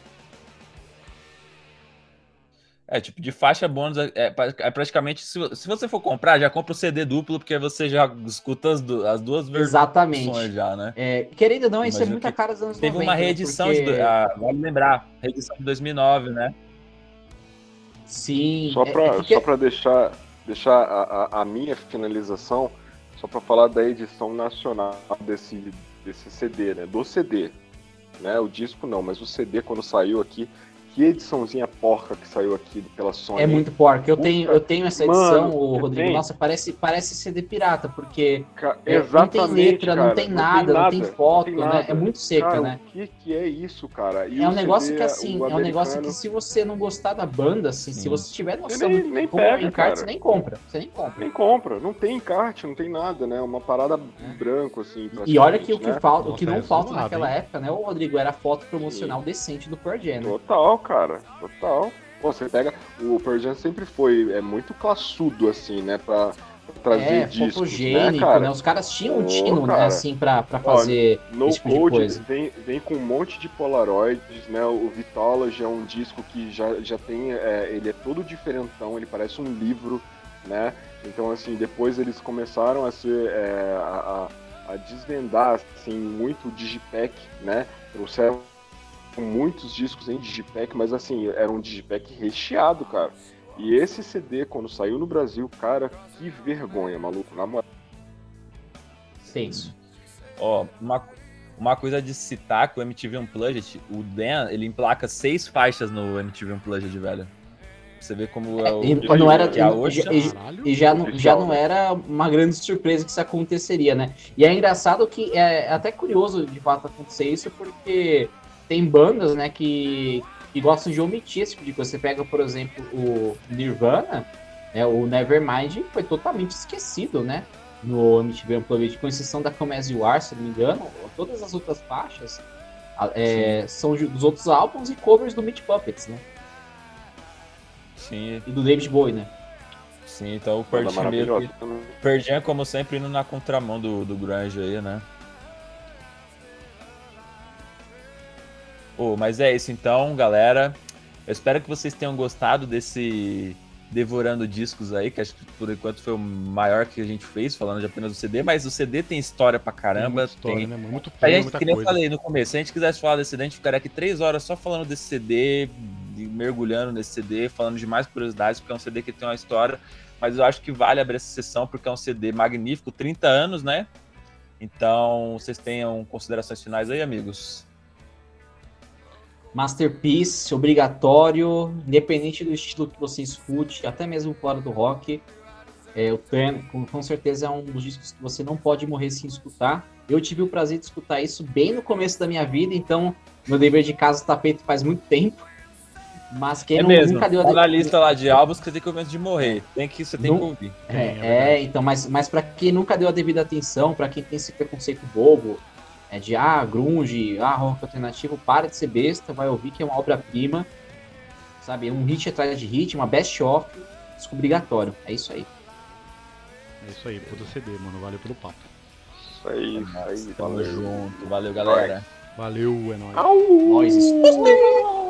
Tipo, de faixa bônus, praticamente, se você for comprar, já compra o CD duplo, porque você já escuta as duas versões. Exatamente. Já, né? Querendo ou não, isso é muita cara dos anos 90. Teve uma reedição, vale lembrar, reedição de 2009, né? Sim. Só pra deixar a minha finalização, só pra falar da edição nacional desse CD, né? Do CD, né? O disco não, mas o CD quando saiu aqui, que ediçãozinha porca que saiu aqui pela Sony. É muito porca. Eu tenho essa edição, Rodrigo. Tem? Nossa, parece CD pirata, porque não tem letra, cara, não tem nada, não tem foto, não tem né? É muito seca, cara, né? O que é isso, cara? E é um negócio CD, que, assim, é um negócio que se você não gostar da banda, assim, se você tiver noção nem como pega, encarte, você nem compra. Nem compra. Não tem encarte, não tem nada, né? Uma parada branco, assim. E olha que o que, né? o que não falta naquela época, né, Rodrigo, era foto promocional decente do Pearl Jam, né? Total, cara. Total. Pô, você pega... O Pearl Jam sempre foi muito classudo, assim, né? Pra trazer discos, fotogênico, né, cara? Né? Os caras tinham um tino, né, assim, pra fazer esse tipo de coisa. Vem com um monte de Polaroids, né? O Vitology é um disco que já tem... ele é todo diferentão, ele parece um livro, né? Então, assim, depois eles começaram a ser... a desvendar, assim, muito o Digipack, né? Trouxeram muitos discos em digipack, mas assim, era um digipack recheado, cara. E esse CD, quando saiu no Brasil, cara, que vergonha, maluco, na moral. Tenso. Ó, uma coisa de citar que o MTV Unplugged, o Dan, ele emplaca 6 faixas no MTV Unplugged, velho. Você vê como é o... Não era, que a Oxa... e já não era uma grande surpresa que isso aconteceria, né? E é engraçado que é até curioso de fato acontecer isso, porque tem bandas, né, que gostam de omitir esse tipo de coisa. Você pega, por exemplo, o Nirvana, né, o Nevermind foi totalmente esquecido, né? No MTV Unplugged, com exceção da Come As You Are, se não me engano, todas as outras faixas são dos outros álbuns e covers do Meat Puppets, né? Sim. E do David Bowie, né? Sim, então o Pearl Jam meio que... Pearl Jam, como sempre, indo na contramão do grunge aí, né? Mas é isso então, galera. Eu espero que vocês tenham gostado desse Devorando Discos aí, que acho que por enquanto foi o maior que a gente fez, falando de apenas do CD, mas o CD tem história pra caramba. Tem muita história, né, mano? Muito A gente, muita que nem coisa. eu falei no começo, se a gente quisesse falar desse CD, a gente ficaria aqui 3 horas só falando desse CD, mergulhando nesse CD, falando de mais curiosidades, porque é um CD que tem uma história, mas eu acho que vale abrir essa sessão, porque é um CD magnífico, 30 anos, né? Então, vocês tenham considerações finais aí, amigos? Masterpiece, obrigatório, independente do estilo que você escute, até mesmo fora do rock. O Turn, com certeza, é um dos discos que você não pode morrer sem escutar. Eu tive o prazer de escutar isso bem no começo da minha vida, então meu dever de casa está feito faz muito tempo. Mas quem nunca deu a na lista lá de álbuns que você tem que ouvir antes de morrer. Você tem que ouvir. Então, mas para quem nunca deu a devida atenção, para quem tem esse preconceito bobo, de grunge, rock alternativo, para de ser besta, vai ouvir que é uma obra-prima, sabe? Um hit atrás de hit, uma best-of, disco obrigatório. É isso aí. É isso aí, puta CD, mano. Valeu pelo papo. Isso aí, Tamo junto. Valeu, galera. Valeu, é nóis. Nós,